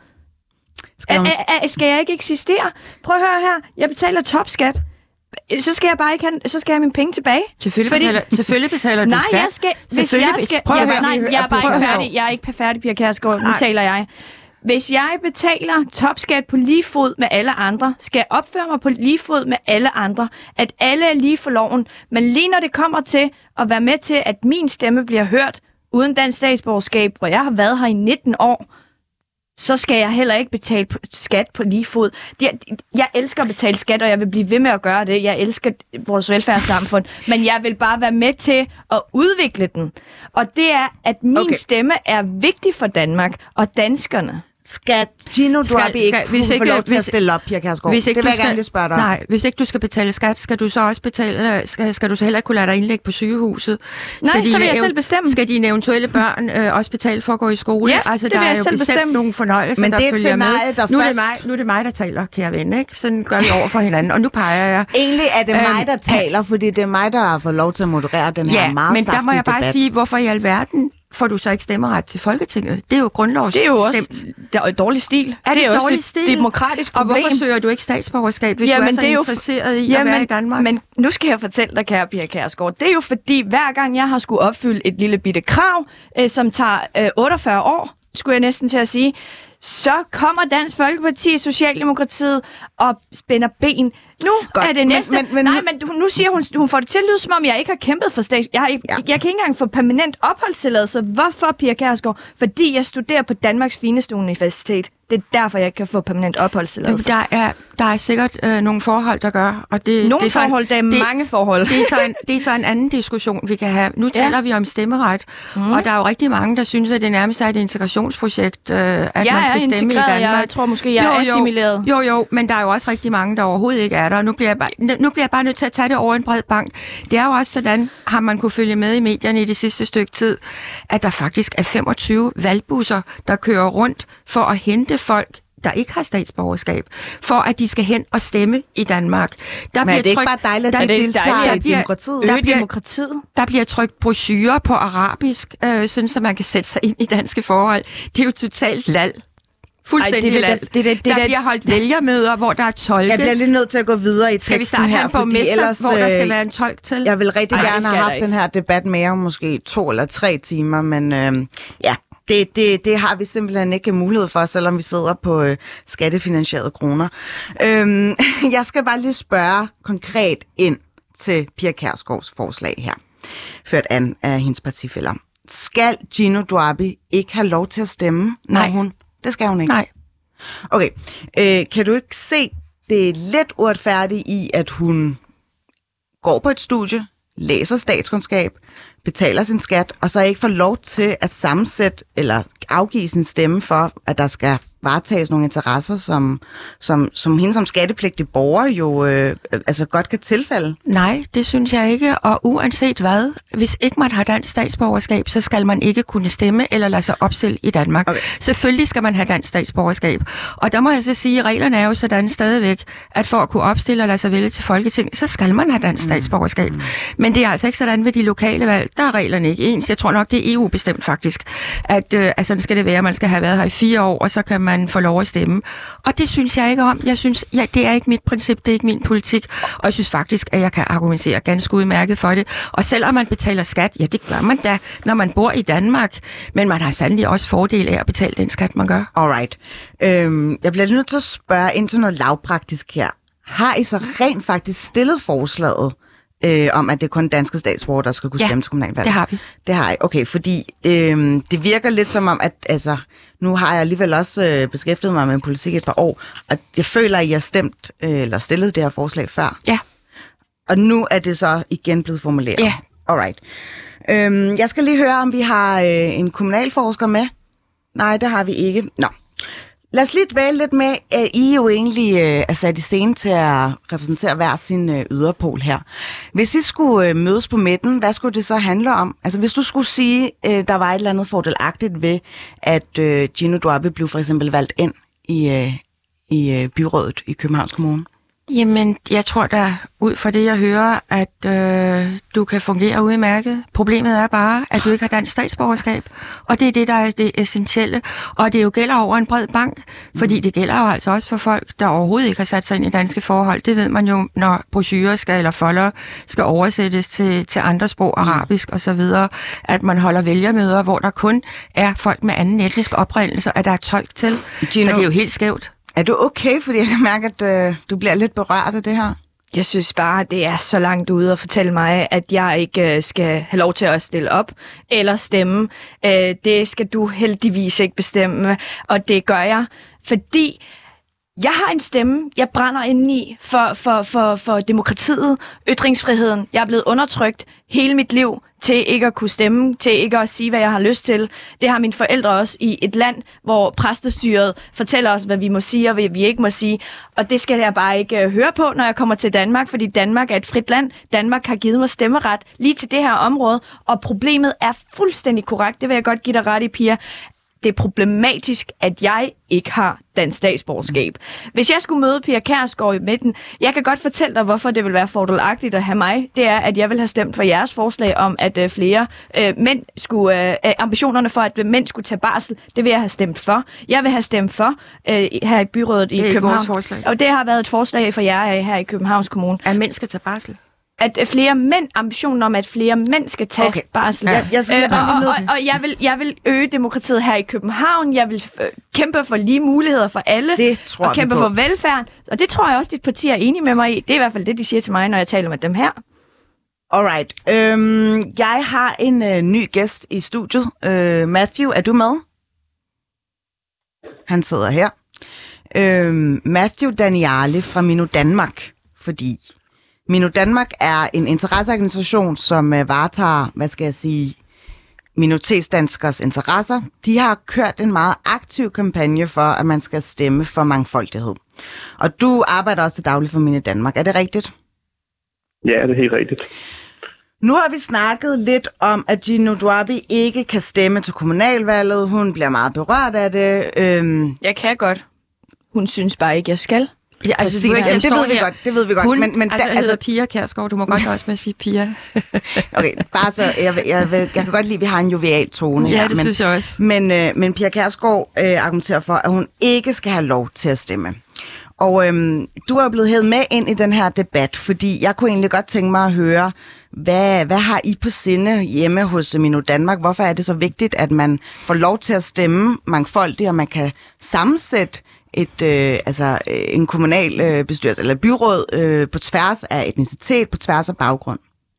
Skal, hun... a, a, skal jeg ikke eksistere? Prøv at høre her. Jeg betaler topskat. Så skal jeg bare ikke have, så skal jeg have mine penge tilbage. Selvfølgelig, fordi... betaler, selvfølgelig betaler du nej, skat. Jeg skal, hvis jeg skal... Prøv jeg, at høre, nej, jeg er bare ikke færdig. Jeg er ikke færdig, Pia Kjærsgaard. Nu taler jeg. Hvis jeg betaler topskat på lige fod med alle andre, skal jeg opføre mig på lige fod med alle andre. At alle er lige for loven. Men lige når det kommer til at være med til, at min stemme bliver hørt uden dansk statsborgerskab, hvor jeg har været her i nitten år, så skal jeg heller ikke betale skat på lige fod. Jeg elsker at betale skat, og jeg vil blive ved med at gøre det. Jeg elsker vores velfærdssamfund, men jeg vil bare være med til at udvikle den. Og det er, at min okay. stemme er vigtig for Danmark og danskerne. Skal Gino Duabi ikke hvis kunne ikke, få lov til hvis, at stille op, Pia Kjærsgaard? Hvis ikke det vil jeg skal, gerne lige spørge dig. Nej, hvis ikke du skal betale skat, skal du så også betale, skal, skal du så heller ikke kunne lade dig indlægge på sygehuset? Nej, skal så vil dine, jeg selv bestemme. Skal dine eventuelle børn øh, også betale for at gå i skole? Ja, altså, det der vil er jeg jo selv bestemt bestemme. nogle fornøjelser, Men der det er følger scenarie, med. der Nu er, først... det mig, nu er det mig, der taler, kære ven, ikke? Sådan gør vi over for hinanden, og nu peger jeg. Egentlig er det mig, Øhm, der taler, fordi det er mig, der har fået lov til at moderere den her Ja, meget men der må jeg bare debat. sige, hvorfor i alverden får du så ikke stemmeret til Folketinget? Det er jo grundlovsstemt. Det er jo også der er dårlig stil. Er det, det er også dårlig et stil? demokratisk Og problem. hvorfor søger du ikke statsborgerskab, hvis Jamen, du er så det er jo interesseret i ja, at være men, i Danmark? Men nu skal jeg fortælle dig, kære Pia Kjærsgaard. Det er jo fordi, hver gang jeg har skulle opfylde et lille bitte krav, øh, som tager øh, otteogfyrre år, skulle jeg næsten til at sige, så kommer Dansk Folkeparti, Socialdemokratiet og spænder ben. Nu Godt, er det næste... men- men- men- Nej, men du, nu siger hun, hun får det til at lyde, som om jeg ikke har kæmpet for stats... Jeg, har ikke, Ja. ja. jeg kan ikke engang få permanent opholdstilladelse. Hvorfor, Pia Kjærsgaard? Fordi jeg studerer på Danmarks fineste universitet. Det er derfor, jeg kan få permanent opholdstilladelse. Der er, der er sikkert øh, nogle forhold, der gør, og det, Nogle det er så en- forhold, der er det, mange forhold. Det er, så en, det er så en anden diskussion, vi kan have. Nu Ja. taler vi om stemmeret, mm. og der er jo rigtig mange, der synes, at det nærmest er et integrationsprojekt, øh, at jeg man skal er stemme i integreret, Danmark. jeg tror måske, jeg er assimileret. Jo, jo, men der er jo også rigtig mange, der overhovedet ikke er der. Nu bliver, jeg bare, nu bliver jeg bare nødt til at tage det over en bred bank. Det er jo også sådan, har man kunne følge med i medierne i det sidste stykke tid, at der faktisk er femogtyve valgbusser, der kører rundt for at hente folk, der ikke har statsborgerskab, for at de skal hen og stemme i Danmark. Der Men er det ikke trykt, bare dejligt, der, at de det er deltager dejligt, i der bliver- demokratiet? der Øge bliver- demokratiet. der bliver trykt brochurer på arabisk, øh, sådan så man kan sætte sig ind i danske forhold. Det er jo totalt lal. Fuldstændig Ej, det er lal. det- det- det- det- Der det- bliver holdt vælgermøder, hvor der er tolke. Jeg bliver lige nødt til at gå videre i teksten Skal vi snart her, have en fordi borgmester, ellers, hvor der skal øh, være en tolk til? Jeg vil rigtig Ej, det gerne skal have der haft ikke. den her debat mere, måske to eller tre timer, men øh, ja, det, det, det har vi simpelthen ikke mulighed for, selvom vi sidder på øh, skattefinansierede kroner. Øhm, jeg skal bare lige spørge konkret ind til Pia Kjærsgaards forslag her, ført an af hendes partifæller. Skal Gino Duabi ikke have lov til at stemme, når Nej. hun... Det skal hun ikke. Nej. Okay, øh, kan du ikke se det lidt uretfærdigt i, at hun går på et studie, læser statskundskab, betaler sin skat, og så ikke får lov til at sammensætte eller afgive sin stemme for, at der skal varetages nogle interesser, som, som, som hende som skattepligtig borger jo øh, altså godt kan tilfælde? Nej, det synes jeg ikke. Og uanset hvad, hvis ikke man har dansk statsborgerskab, så skal man ikke kunne stemme eller lade sig opstille i Danmark. Okay. Selvfølgelig skal man have dansk statsborgerskab. Og der må jeg så sige, at reglerne er jo sådan stadigvæk, at for at kunne opstille og lade sig vælge til Folketinget, så skal man have dansk statsborgerskab. Mm. Men det er altså ikke sådan ved de lokale valg. Der er reglerne ikke ens. Jeg tror nok, det er E U-bestemt faktisk, at øh, altså, sådan skal det være. Man skal have været her i fire år, og så kan man få lov at stemme. Og det synes jeg ikke om. Jeg synes, ja, det er ikke mit princip, det er ikke min politik. Og jeg synes faktisk, at jeg kan argumentere ganske udmærket for det. Og selvom man betaler skat, ja, det gør man da, når man bor i Danmark. Men man har sandelig også fordel af at betale den skat, man gør. Alright. Øhm, jeg bliver nødt til at spørge ind til noget lavpraktisk her. Har I så rent faktisk stillet forslaget øh, om, at det er kun danske statsborgere, der skal kunne Ja, stemme til kommunalvalg? det har vi. Det har I. Okay, fordi øhm, det virker lidt som om, at altså, nu har jeg alligevel også øh, beskæftiget mig med politik et par år, og jeg føler, at I har stemt øh, eller stillet det her forslag før. Ja. Og nu er det så igen blevet formuleret. Ja. Alright. Øhm, jeg skal lige høre, om vi har øh, en kommunalforsker med. Nej, det har vi ikke. Nå. Lad os lige dvæle lidt med, at I jo egentlig øh, er sat i scene til at repræsentere hver sin øh, yderpol her. Hvis I skulle øh, mødes på midten, hvad skulle det så handle om? Altså hvis du skulle sige, øh, der var et eller andet fordelagtigt ved, at øh, Gino Duabi blev for eksempel valgt ind i, øh, i øh, byrådet i Københavns Kommune. Jamen, jeg tror da, ud fra det, jeg hører, at øh, du kan fungere udmærket. Problemet er bare, at du ikke har dansk statsborgerskab, og det er det, der er det essentielle. Og det jo gælder over en bred bank, fordi det gælder jo altså også for folk, der overhovedet ikke har sat sig ind i danske forhold. Det ved man jo, når brochurer skal, eller folder skal oversættes til, til andre sprog, arabisk og så videre, at man holder vælgermøder, hvor der kun er folk med anden etnisk oprindelse, at der er tolk til. Gino, så det er jo helt skævt. Er du okay, fordi jeg kan mærke, at øh, du bliver lidt berørt af det her? Jeg synes bare, det er så langt ude at fortælle mig, at jeg ikke øh, skal have lov til at stille op eller stemme. Øh, det skal du heldigvis ikke bestemme, og det gør jeg, fordi jeg har en stemme, jeg brænder indeni for, for, for, for demokratiet, ytringsfriheden. Jeg er blevet undertrykt hele mit liv. til ikke at kunne stemme, til ikke at sige, hvad jeg har lyst til. Det har mine forældre også i et land, hvor præstestyret fortæller os, hvad vi må sige og hvad vi ikke må sige. Og det skal jeg bare ikke uh, høre på, når jeg kommer til Danmark, fordi Danmark er et frit land. Danmark har givet mig stemmeret lige til det her område, og problemet er fuldstændig korrekt. Det vil jeg godt give dig ret i, Pia. Det er problematisk, at jeg ikke har dansk statsborgerskab. Hvis jeg skulle møde Pia Kjærsgaard i midten, jeg kan godt fortælle dig, hvorfor det vil være fordelagtigt at have mig. Det er, at jeg vil have stemt for jeres forslag om, at øh, flere øh, mænd skulle, øh, ambitionerne for, at mænd skulle tage barsel, det vil jeg have stemt for. Jeg vil have stemt for øh, her i byrådet i København. Og det har været et forslag for jer her i Københavns Kommune. At mænd skal tage barsel? At flere mænd, ambitionen om, at flere mænd skal tage okay. barsel. Ja, jeg skal øh, og, og, og, og jeg, vil, jeg vil øge demokratiet her i København. Jeg vil øh, kæmpe for lige muligheder for alle. Det tror og kæmpe for velfærd. Og det tror jeg også, dit parti er enige med mig i. Det er i hvert fald det, de siger til mig, når jeg taler med dem her. Alright. Øhm, jeg har en øh, ny gæst i studiet. Øh, Matthew, er du med? Han sidder her. Øh, Matthew Daniale fra Minu Danmark. Fordi Minu Danmark er en interesseorganisation, som øh, varetager, hvad skal jeg sige, minoritetsdanskers interesser. De har kørt en meget aktiv kampagne for, at man skal stemme for mangfoldighed. Og du arbejder også til daglig for Minu Danmark. Er det rigtigt? Ja, det er helt rigtigt. Nu har vi snakket lidt om, at Jino Dwabi ikke kan stemme til kommunalvalget. Hun bliver meget berørt af det. Øhm... Jeg kan godt. Hun synes bare ikke, jeg skal. Ja, altså, Præcis, ja, det ved vi godt, det ved vi godt. Hun, men, men altså, da, altså Pia Kjærsgaard, du må godt også med at sige Pia. Okay, bare så, jeg, jeg, jeg, jeg kan godt lide, at vi har en jovial tone ja, her. Ja, det men, synes jeg også. Men, øh, men Pia Kjærsgaard øh, argumenterer for, at hun ikke skal have lov til at stemme. Og øhm, du er jo blevet hævet med ind i den her debat, fordi jeg kunne egentlig godt tænke mig at høre, hvad, hvad har I på sinde hjemme hos Minu Danmark? Hvorfor er det så vigtigt, at man får lov til at stemme mangfoldigt, og man kan sammensætte et, øh, altså, en kommunal øh, bestyrelse eller byråd øh, på tværs af etnicitet, på tværs af baggrund?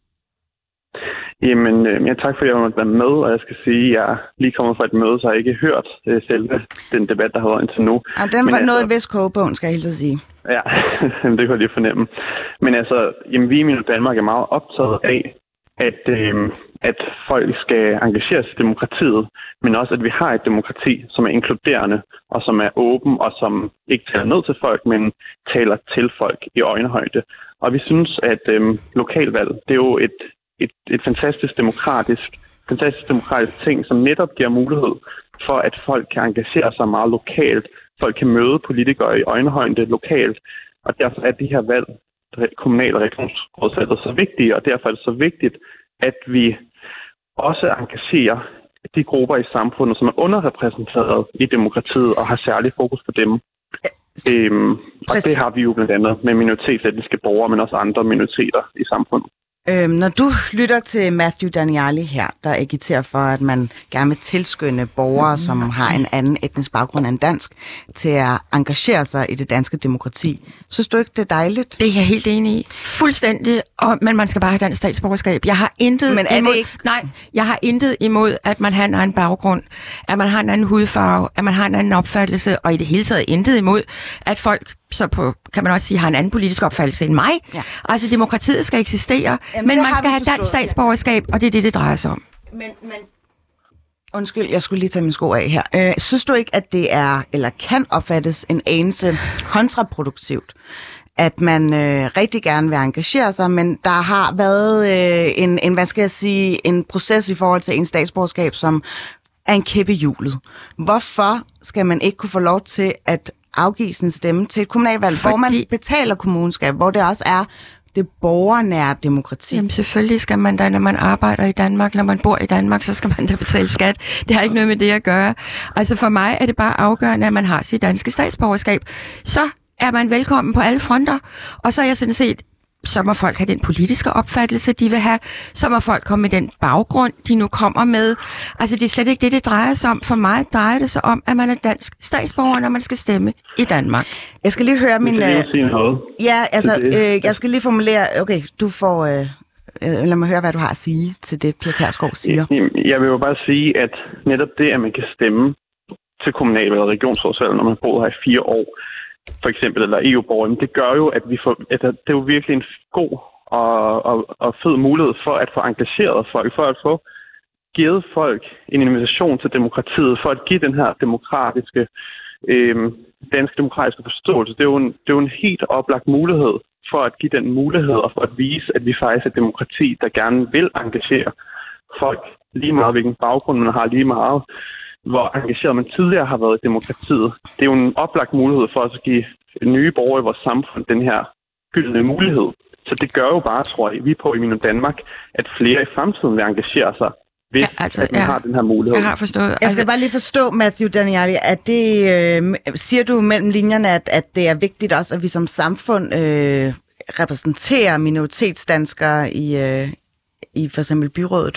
Jamen, øh, ja, tak for, at jeg måtte være med, og jeg skal sige, at jeg lige kommer fra et møde, så jeg har ikke hørt øh, selve den debat, der har været indtil nu. Og den var Men noget altså, vist kogebogen, skal jeg helt sige. Ja, det kan jeg lige fornemme. Men altså, jamen, vi i Minu Danmark er meget optaget af, at, øh, at folk skal engagere sig i demokratiet, men også, at vi har et demokrati, som er inkluderende, og som er åben, og som ikke taler ned til folk, men taler til folk i øjenhøjde. Og vi synes, at øh, lokalvalg, det er jo et Et, et fantastisk demokratisk, fantastisk demokratisk ting, som netop giver mulighed for, at folk kan engagere sig meget lokalt. Folk kan møde politikere i øjenhøjde lokalt, og derfor er de her valg, kommunal- og regionsrådsvalget, så vigtige, og derfor er det så vigtigt, at vi også engagerer de grupper i samfundet, som er underrepræsenteret i demokratiet og har særlig fokus på dem. Øhm, og det har vi jo blandt andet med minoritetsetniske borgere, men også andre minoriteter i samfundet. Øhm, når du lytter til Matthew Daniale her, der agiterer for, at man gerne vil tilskynde borgere, som har en anden etnisk baggrund end dansk, til at engagere sig i det danske demokrati, synes du ikke, det er dejligt? Det er jeg helt enig i. Fuldstændig. Og, men man skal bare have dansk statsborgerskab. Jeg har intet men er imod, det ikke... Nej, jeg har intet imod, at man har en anden baggrund, at man har en anden hudfarve, at man har en anden opfattelse, og i det hele taget intet imod, at folk så på, kan man også sige, har en anden politisk opfattelse end mig. Ja. Altså, demokratiet skal eksistere, Jamen, men man skal have dansk statsborgerskab, og det er det, det drejer sig om. Men, men... Undskyld, jeg skulle lige tage min sko af her. Øh, synes du ikke, at det er, eller kan opfattes en anelse kontraproduktivt, at man øh, rigtig gerne vil engagere sig, men der har været øh, en, en, hvad skal jeg sige, en proces i forhold til en statsborgerskab, som er en kæppe i hjulet. Hvorfor skal man ikke kunne få lov til at afgive sin stemme til et kommunalvalg, Fordi... hvor man betaler kommuneskab, hvor det også er det borgernære demokrati? Jamen selvfølgelig skal man da, når man arbejder i Danmark, når man bor i Danmark, så skal man da betale skat. Det har ikke noget med det at gøre. Altså for mig er det bare afgørende, at man har sit danske statsborgerskab. Så er man velkommen på alle fronter, og så er jeg sådan set, så må folk have den politiske opfattelse, de vil have. Så må folk komme med den baggrund, de nu kommer med. Altså, det er slet ikke det, det drejer sig om. For mig drejer det sig om, at man er dansk statsborger, når man skal stemme i Danmark. Jeg skal lige høre min... Øh... Ja, altså, øh, jeg skal lige formulere... Okay, du får... Øh... Lad mig høre, hvad du har at sige til det, Pia Kjærsgaard siger. Jeg vil jo bare sige, at netop det, at man kan stemme til kommunal- eller regionsrådsvalg, når man bor her i fire år, for eksempel, eller E U-borgere, det gør jo, at vi får, at det er jo virkelig en god og, og, og fed mulighed for at få engageret folk, for at få givet folk en invitation til demokratiet, for at give den her demokratiske, øh, danske demokratiske forståelse. Det er, jo en, det er jo en helt oplagt mulighed for at give den mulighed, og for at vise, at vi faktisk er et demokrati, der gerne vil engagere folk lige meget, hvilken baggrund man har, lige meget, hvor engageret man tidligere har været i demokratiet. Det er jo en oplagt mulighed for at give nye borgere i vores samfund den her gyldne mulighed. Så det gør jo bare, tror jeg, vi på i Mino Danmark, at flere i fremtiden vil engagere sig, hvis ja, altså, at man ja. har den her mulighed. Jeg har forstået. Jeg skal altså, bare lige forstå, Matthew Daniali, at det, øh, siger du mellem linjerne, at, at det er vigtigt også, at vi som samfund øh, repræsenterer minoritetsdanskere i, øh, i for eksempel byrådet?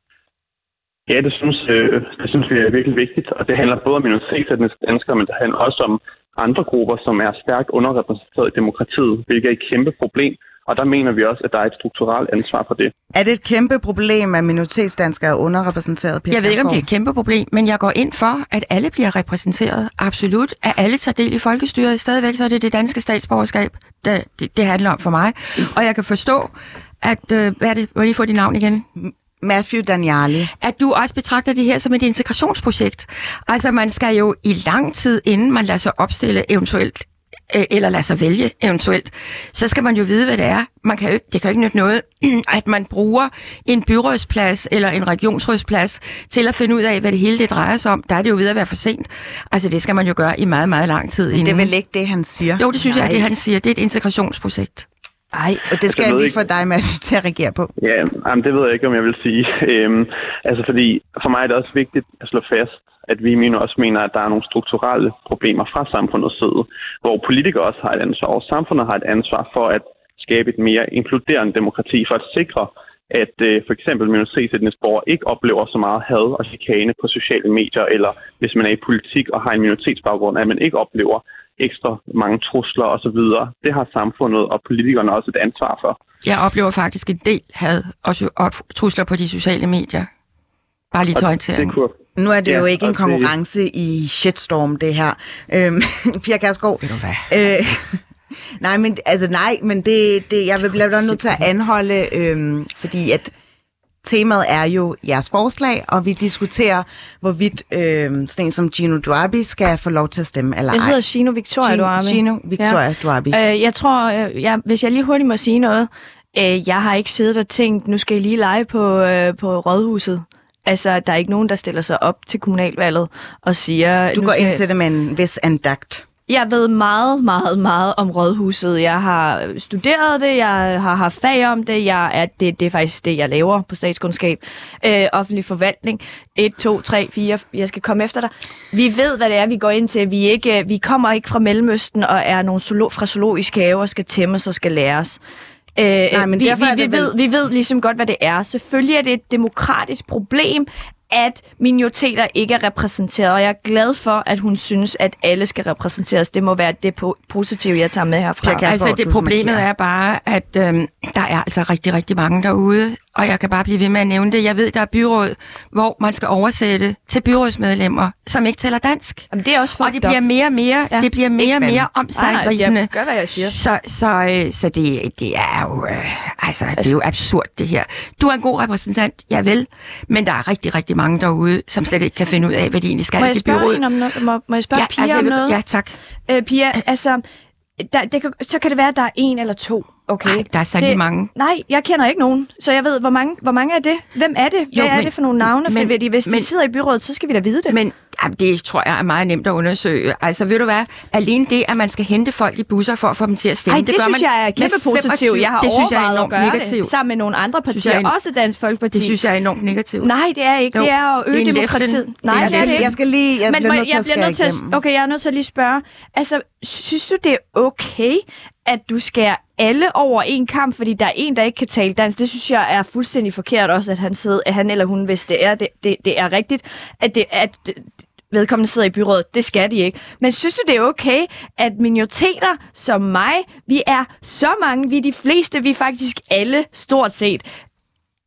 Ja, det synes, øh, det synes vi er virkelig vigtigt, og det handler både om minoritetsdanskere, men det handler også om andre grupper, som er stærkt underrepræsenteret i demokratiet, hvilket er et kæmpe problem. Og der mener vi også, at der er et strukturelt ansvar for det. Er det et kæmpe problem, at minoritetsdanskere er underrepræsenteret? Jeg ved ikke, om det er et kæmpe problem, men jeg går ind for, at alle bliver repræsenteret. Absolut. At alle tager del i folkestyret. Stadigvæk så er det det danske statsborgerskab, det, det, det handler om for mig. Og jeg kan forstå, at... Øh, hvad er det? Må jeg lige få dit navn igen? Matthew Daniali. At du også betragter det her som et integrationsprojekt. Altså, man skal jo i lang tid, inden man lader sig opstille eventuelt, eller lade sig vælge eventuelt, så skal man jo vide, hvad det er. Man kan jo, det kan jo ikke nytte noget, at man bruger en byrådsplads eller en regionsrådsplads til at finde ud af, hvad det hele det drejer sig om. Der er det jo ved at være for sent. Altså, det skal man jo gøre i meget, meget lang tid inden. Det er vel ikke det, han siger? Jo, det synes Nej. jeg, det han siger. Det er et integrationsprojekt. Nej, og det skal jeg, jeg lige få dig med til at reagere på. Ja, jamen, det ved jeg ikke, om jeg vil sige. Øhm, altså, fordi for mig er det også vigtigt at slå fast, at vi også mener, at der er nogle strukturelle problemer fra samfundets side, hvor politikere også har et ansvar, og samfundet har et ansvar for at skabe et mere inkluderende demokrati, for at sikre, at øh, for eksempel minoritetsetniske borgere ikke oplever så meget had og chikane på sociale medier, eller hvis man er i politik og har en minoritetsbaggrund, at man ikke oplever ekstra mange trusler osv. Det har samfundet og politikerne også et ansvar for. Jeg oplever faktisk en del had og trusler på de sociale medier. Bare lige til orientering. Nu er det ja, jo ikke en konkurrence det... i shitstorm, det her. Øhm, Pia Kjærsgaard. Ved du hvad? Øh, nej, men, altså, nej, men det, det, jeg vil blive nødt til at anholde, øhm, fordi at temaet er jo jeres forslag, og vi diskuterer, hvorvidt øh, sådan en som Gino Duabi skal få lov til at stemme eller ej. Jeg hedder Gino Victoria Gino, Duabi. Gino Victoria ja. Duabi. Øh, jeg tror, øh, jeg, hvis jeg lige hurtigt må sige noget, øh, jeg har ikke siddet og tænkt, nu skal I lige lege på, øh, på Rådhuset. Altså, der er ikke nogen, der stiller sig op til kommunalvalget og siger... Du går skal... ind til det med en vis andagt. Jeg ved meget, meget, meget om Rådhuset. Jeg har studeret det, jeg har haft fag om det, jeg er, det, det er faktisk det, jeg laver på statskundskab. Øh, offentlig forvaltning. et, to, tre, fire, jeg skal komme efter dig. Vi ved, hvad det er, vi går ind til. Vi, ikke, vi kommer ikke fra Mellemøsten og er nogle zoolo- fra zoologiske haver, skal tæmmes og skal læres. Øh, Nej, men vi, vi, vi, vel... ved, vi ved ligesom godt, hvad det er. Selvfølgelig er det et demokratisk problem, at minoriteter ikke er repræsenteret, og jeg er glad for, at hun synes, at alle skal repræsenteres. Det må være det positive, jeg tager med herfra. Ja, altså, det problemet er bare, at øhm, der er altså rigtig, rigtig mange derude, og jeg kan bare blive ved med at nævne det. Jeg ved, der er byråd, hvor man skal oversætte til byrådsmedlemmer, som ikke taler dansk. Jamen, det er også og det bliver mere og mere, ja. det bliver mere og mere omsejgribende. Gør, hvad jeg siger. Så, så, øh, så det, det er jo, øh, altså, det er jo absurd, det her. Du er en god repræsentant, jeg vel, men der er rigtig, rigtig mange derude, som slet ikke kan finde ud af, hvad de egentlig skal i byrådet. Om no- må, må jeg spørge ja, Pia altså, om noget? Ja, tak. Øh, Pia, altså, der, det kan, så kan det være, at der er en eller to. Okay. Ej, der er sandelig mange. Nej, jeg kender ikke nogen, så jeg ved, hvor mange, hvor mange er det? Hvem er det? Hvad jo, men, er det for nogle navne? Men, for hvis men, de sidder i byrådet, så skal vi da vide det. Men jamen, det tror jeg er meget nemt at undersøge. Altså, ved du hvad? Alene det, at man skal hente folk i busser for at få dem til at stemme. Ej, det, det synes jeg er kæmpe positivt. Jeg har det synes overvejet jeg er at gøre negativ. det sammen med nogle andre partier, jeg, også Dansk Folkeparti. Det synes jeg er enormt negativt. Nej, det er ikke. Jo, det er at øge demokratiet. Nej, det er det. Jeg skal lige, jeg bliver nødt til at skære igennem. Okay, jeg er nødt til at lige spørge. Altså, synes du, det er okay, at du skærer alle over en kamp, fordi der er en, der ikke kan tale dansk? Det synes jeg er fuldstændig forkert også, at han, sidder, at han eller hun, hvis det er, det, det, det er rigtigt, at, det, at vedkommende sidder i byrådet. Det skal de ikke. Men synes du, det er okay, at minoriteter som mig, vi er så mange, vi er de fleste, vi er faktisk alle stort set,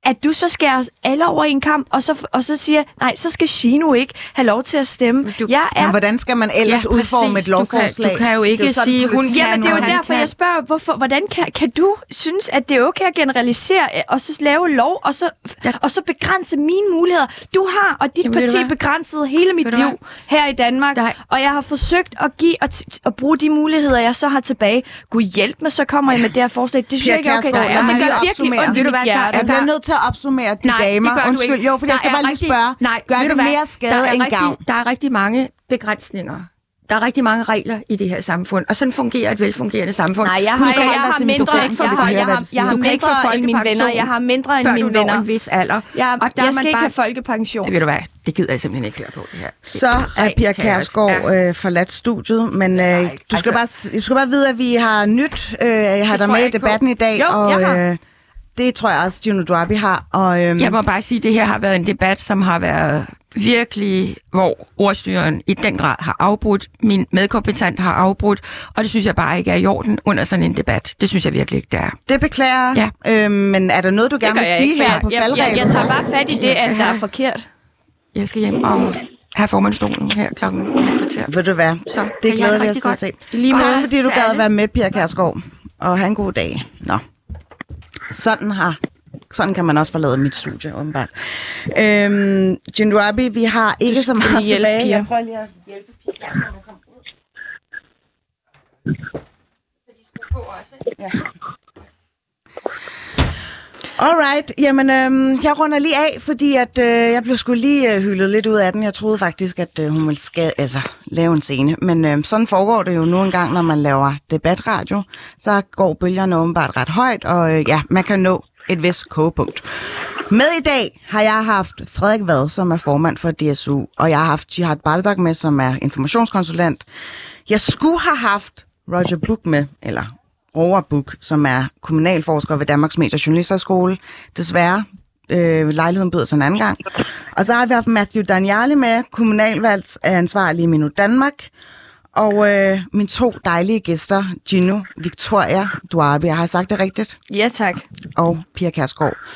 at du så skærer alle over i en kamp, og så, og så siger, nej, så skal Gino ikke have lov til at stemme. Du, jeg er... Men hvordan skal man ellers ja, udforme et lovforslag? Du kan, du kan jo ikke sige, hun kan. Jamen, det er jo derfor, jeg spørger, hvorfor, hvordan kan, kan du synes, at det er okay at generalisere, og så lave lov, og så, ja. og så begrænse mine muligheder? Du har, og dit Jamen, parti begrænsede hele mit liv her i Danmark, nej. og jeg har forsøgt at give og, t- at bruge de muligheder, jeg så har tilbage. Gud hjælp mig, så kommer jeg med det her forslag. Det synes jeg ikke er okay. Ja, men det gør virkelig ondt i mit hjerte. Jeg bliver nødt til at opsummere de nej, damer. Undskyld, jo, for jeg skal bare lige rigtig, spørge. Nej, gør det mere skade end gavn? Der er rigtig mange begrænsninger. Der er rigtig mange regler i det her samfund, og sådan fungerer et velfungerende samfund. Nej, jeg har, jeg, jeg har mindre, jeg har, jeg har, jeg har mindre end mine venner. Jeg har mindre end mine venner. En vis alder. Jeg, og der jeg skal ikke bare... have folkepension. Det ved du hvad, det gider jeg simpelthen ikke høre på det her. Så er Pia Kjærsgaard øh, forladt studiet, men øh, nej, du, skal altså... bare, du skal bare vide, at vi har nyt. Øh, jeg har dig med i debatten i dag, jo, og øh, det tror jeg også, Gino Duabi har. Og, øh, jeg må bare sige, at det her har været en debat, som har været virkelig, hvor ordstyren i den grad har afbrudt, min medkompetent har afbrudt, og det synes jeg bare ikke er i orden under sådan en debat. Det synes jeg virkelig ikke, det er. Det beklager jeg, ja. øh, men er der noget, du gerne vil sige her på faldrebet? Jeg, jeg, jeg tager bare fat i det, at der er forkert. Jeg skal hjem og have formandstolen her klokken et kvarter. Ved du hvad? Så, det glæder vi os til at se. Lige tak, fordi du gad at være med, Pia Kjærsgaard, og have en god dag. Nå. Sådan har Sådan kan man også forlade mit studie, åbenbart. Øhm, Gino Duabi, vi har ikke så meget tilbage. Jeg prøver lige at hjælpe Pia. Ja. Alright, jamen øhm, jeg runder lige af, fordi at, øh, jeg blev sgu lige øh, hyldet lidt ud af den. Jeg troede faktisk, at øh, hun ville skade, altså, lave en scene, men øh, sådan foregår det jo nu engang, når man laver debatradio. Så går bølgerne åbenbart ret højt, og øh, ja, man kan nå et vist kogepunkt. Med i dag har jeg haft Frederik Vad, som er formand for D S U, og jeg har haft Jihad Bardak med, som er informationskonsulent. Jeg skulle have haft Roger Buch med, eller Roger Buch, som er kommunalforsker ved Danmarks Medie- og Journalisterskole. Desværre, øh, lejligheden byder sig en anden gang. Og så har vi haft Matthew Daniali med, kommunalvalgsansvarlig i Minut Danmark. Og øh, mine to dejlige gæster, Gino Victoria Duabi, har jeg sagt det rigtigt? Ja, tak. Og Pia Kjærsgaard.